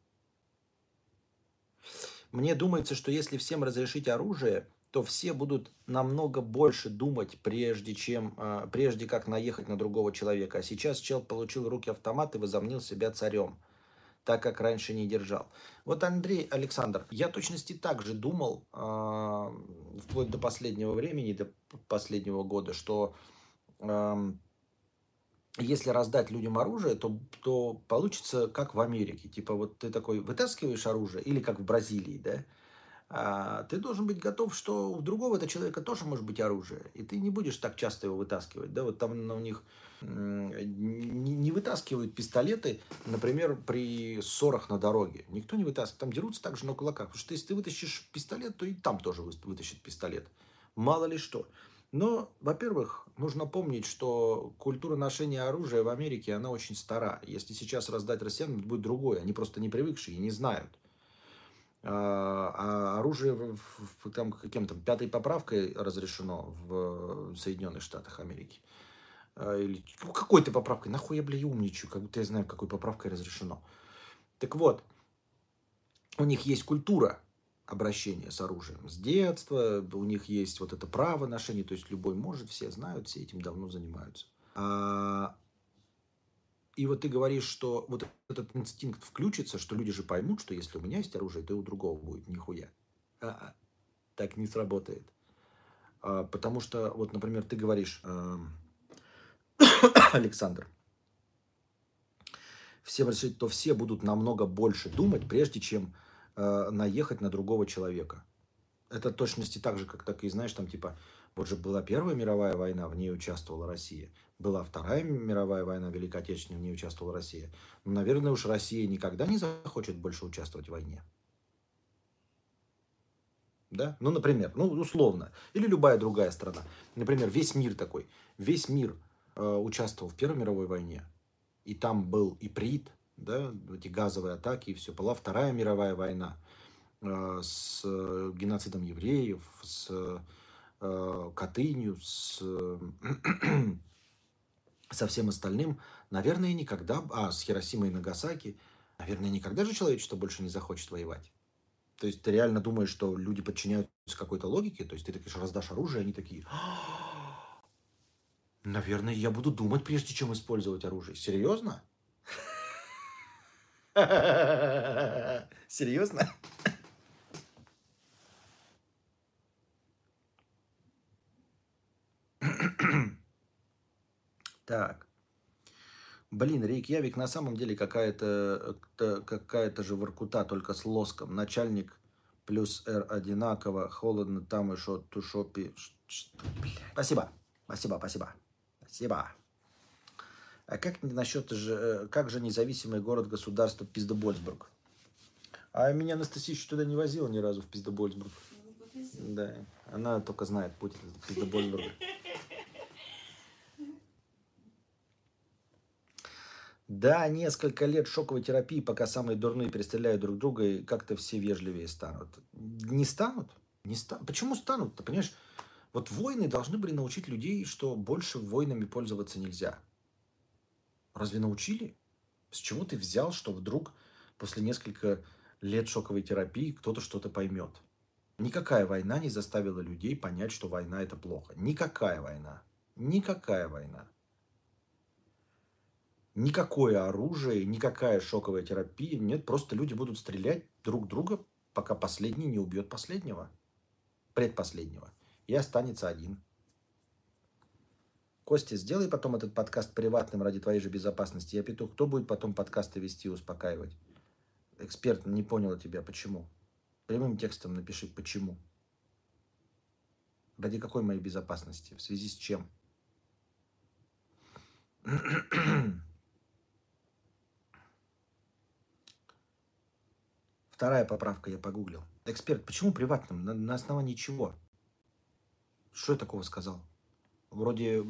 Мне думается, что если всем разрешить оружие, то все будут намного больше думать, прежде, чем, прежде как наехать на другого человека. А сейчас чел получил в руки автомат и возомнил себя царем, так как раньше не держал. Вот, Андрей Александр, я точности так же думал, э, вплоть до последнего времени, до последнего года, что э, если раздать людям оружие, то, то получится как в Америке. Типа вот ты такой вытаскиваешь оружие, или как в Бразилии, да, а ты должен быть готов, что у другого этого человека тоже может быть оружие. И ты не будешь так часто его вытаскивать. Да? Вот там у них не вытаскивают пистолеты, например, при ссорах на дороге. Никто не вытаскивает. Там дерутся также на кулаках. Потому что если ты вытащишь пистолет, то и там тоже вытащит пистолет. Мало ли что. Но, во-первых, нужно помнить, что культура ношения оружия в Америке, она очень стара. Если сейчас раздать россиянам, будет другое. Они просто не привыкшие и не знают. А оружие в, в, там, каким-то пятой поправкой разрешено в Соединенных Штатах Америки. Или ну, какой-то поправкой. Нахуй я, бля, умничаю, как будто я знаю, какой поправкой разрешено. Так вот, у них есть культура обращения с оружием с детства, у них есть вот это право ношения, то есть любой может, все знают, все этим давно занимаются. А... И вот ты говоришь, что вот этот инстинкт включится, что люди же поймут, что если у меня есть оружие, то и у другого будет. Нихуя. А-а. Так не сработает. А, потому что, вот, например, ты говоришь, э, Александр, все, то все будут намного больше думать, прежде чем э, наехать на другого человека. Это точности так же, как так и знаешь, там типа, вот же была Первая мировая война, в ней участвовала Россия. Была Вторая мировая война, Великая Отечественная, в ней участвовала Россия. Но, наверное, уж Россия никогда не захочет больше участвовать в войне. Да? Ну, например, ну, условно. Или любая другая страна. Например, весь мир такой. Весь мир э, участвовал в Первой мировой войне. И там был иприт, да, эти газовые атаки и все. Была Вторая мировая война э, с геноцидом евреев, с э, Катынью, с... со всем остальным, наверное, никогда, а с Хиросимой и Нагасаки, наверное, никогда же человечество больше не захочет воевать. То есть ты реально думаешь, что люди подчиняются какой-то логике? То есть ты такие, раздашь оружие, они такие, наверное, я буду думать, прежде чем использовать оружие. Серьезно? Серьезно? Так. Блин, Рейкьявик на самом деле какая-то какая-то же Воркута, только с лоском. Начальник плюс R одинаково. Холодно там и шо, тушопи. Спасибо. Спасибо, спасибо. Спасибо. А как насчет же, как же независимый город-государство Пиздебольсбург? А меня Анастасия еще туда не возила ни разу в Пиздебольсбург. Да, она только знает путь в Пиздебольсбург. Да, несколько лет шоковой терапии, пока самые дурные перестреляют друг друга, и как-то все вежливее станут. Не станут? Не станут. Почему станут-то, понимаешь? Вот войны должны были научить людей, что больше войнами пользоваться нельзя. Разве научили? С чего ты взял, что вдруг после нескольких лет шоковой терапии кто-то что-то поймет. Никакая война не заставила людей понять, что война – это плохо. Никакая война. Никакая война. Никакое оружие, никакая шоковая терапия. Нет, просто люди будут стрелять друг друга, пока последний не убьет последнего. Предпоследнего. И останется один. Костя, сделай потом этот подкаст приватным ради твоей же безопасности. Я петух. Кто будет потом подкасты вести и успокаивать? Эксперт, не понял тебя. Почему? Прямым текстом напиши, почему. Ради какой моей безопасности? В связи с чем? Вторая поправка, я погуглил. Эксперт, почему приватным? На, на основании чего? Что я такого сказал? Вроде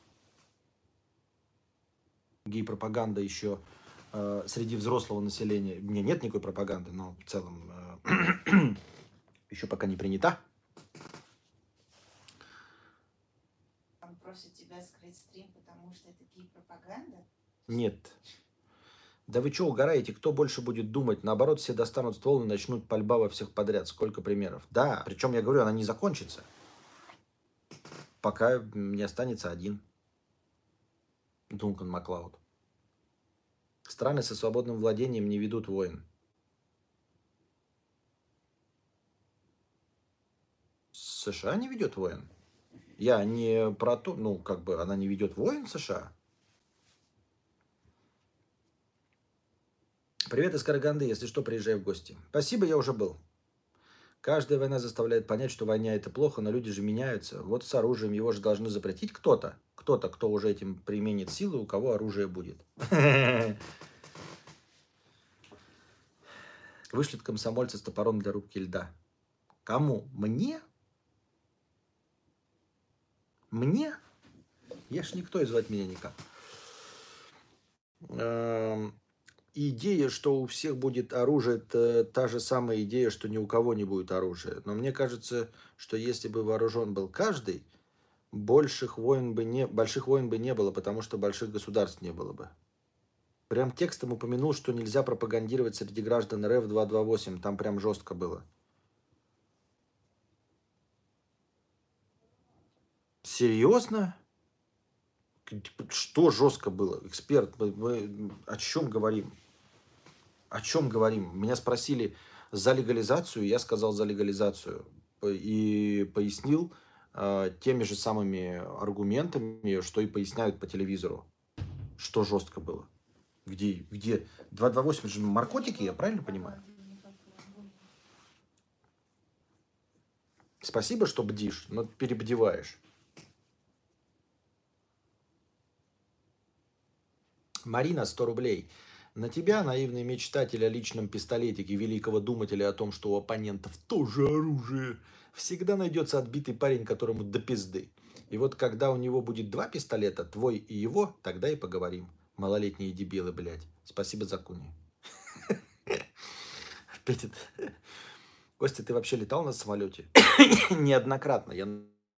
гей-пропаганда еще э, среди взрослого населения. У меня нет никакой пропаганды, но в целом э, еще пока не принята. Он просит тебя скрыть стрим, потому что это гей-пропаганда? Нет. Да вы что, угораете? Кто больше будет думать? Наоборот, все достанут ствол и начнут пальба во всех подряд. Сколько примеров? Да, причем я говорю, она не закончится. Пока не останется один. Дункан Маклауд. Страны со свободным владением не ведут войн. США не ведет войн. Я не про то, ну, как бы она не ведет войн в США. Привет из Караганды, если что, приезжай в гости. Спасибо, я уже был. Каждая война заставляет понять, что война это плохо, но люди же меняются. Вот с оружием его же должны запретить кто-то. Кто-то, кто уже этим применит силы, у кого оружие будет. Вышлет комсомольца с топором для рубки льда. Кому? Мне? Мне? Я ж никто, и звать меня никак. Идея, что у всех будет оружие, это та же самая идея, что ни у кого не будет оружия. Но мне кажется, что если бы вооружен был каждый, больших войн бы не, больших войн бы не было, потому что больших государств не было бы. Прям текстом упомянул, что нельзя пропагандировать среди граждан эр эф двести двадцать восемь. Там прям жестко было. Серьезно? Что жестко было? Эксперт, мы, мы о чем говорим? О чем говорим? Меня спросили за легализацию, я сказал за легализацию. И пояснил э, теми же самыми аргументами, что и поясняют по телевизору. Что жестко было? Где? Где? двести двадцать восемь же наркотики, я правильно понимаю? Спасибо, что бдишь, но перебдеваешь. Марина, сто рублей. На тебя, наивный мечтатель о личном пистолетике великого думателя о том, что у оппонентов тоже оружие, всегда найдется отбитый парень, которому до пизды. И вот когда у него будет два пистолета, твой и его, тогда и поговорим. Малолетние дебилы, блядь. Спасибо за куни. Опять это... Костя, ты вообще летал на самолете? Неоднократно. Я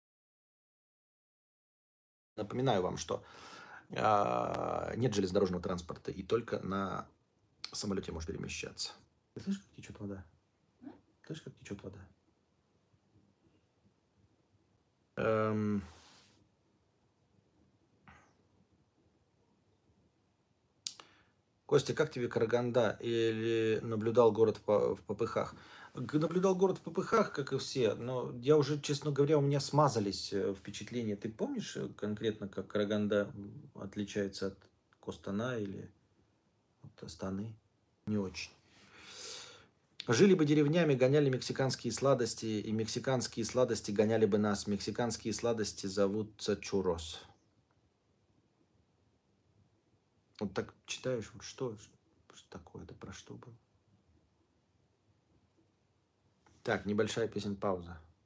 напоминаю вам, что нет железнодорожного транспорта, и только на самолете можешь перемещаться. Ты слышишь, как течет вода? Слышишь, как течет вода? Эм... Костя, как тебе Караганда? Или наблюдал город в попыхах? Наблюдал город в попыхах, как и все, но я уже, честно говоря, у меня смазались впечатления. Ты помнишь конкретно, как Караганда отличается от Костана или от Астаны? Не очень. Жили бы деревнями, гоняли мексиканские сладости, и мексиканские сладости гоняли бы нас. Мексиканские сладости зовутся чурос. Вот так читаешь, вот что, что такое, это про что было? Так, небольшая песен пауза.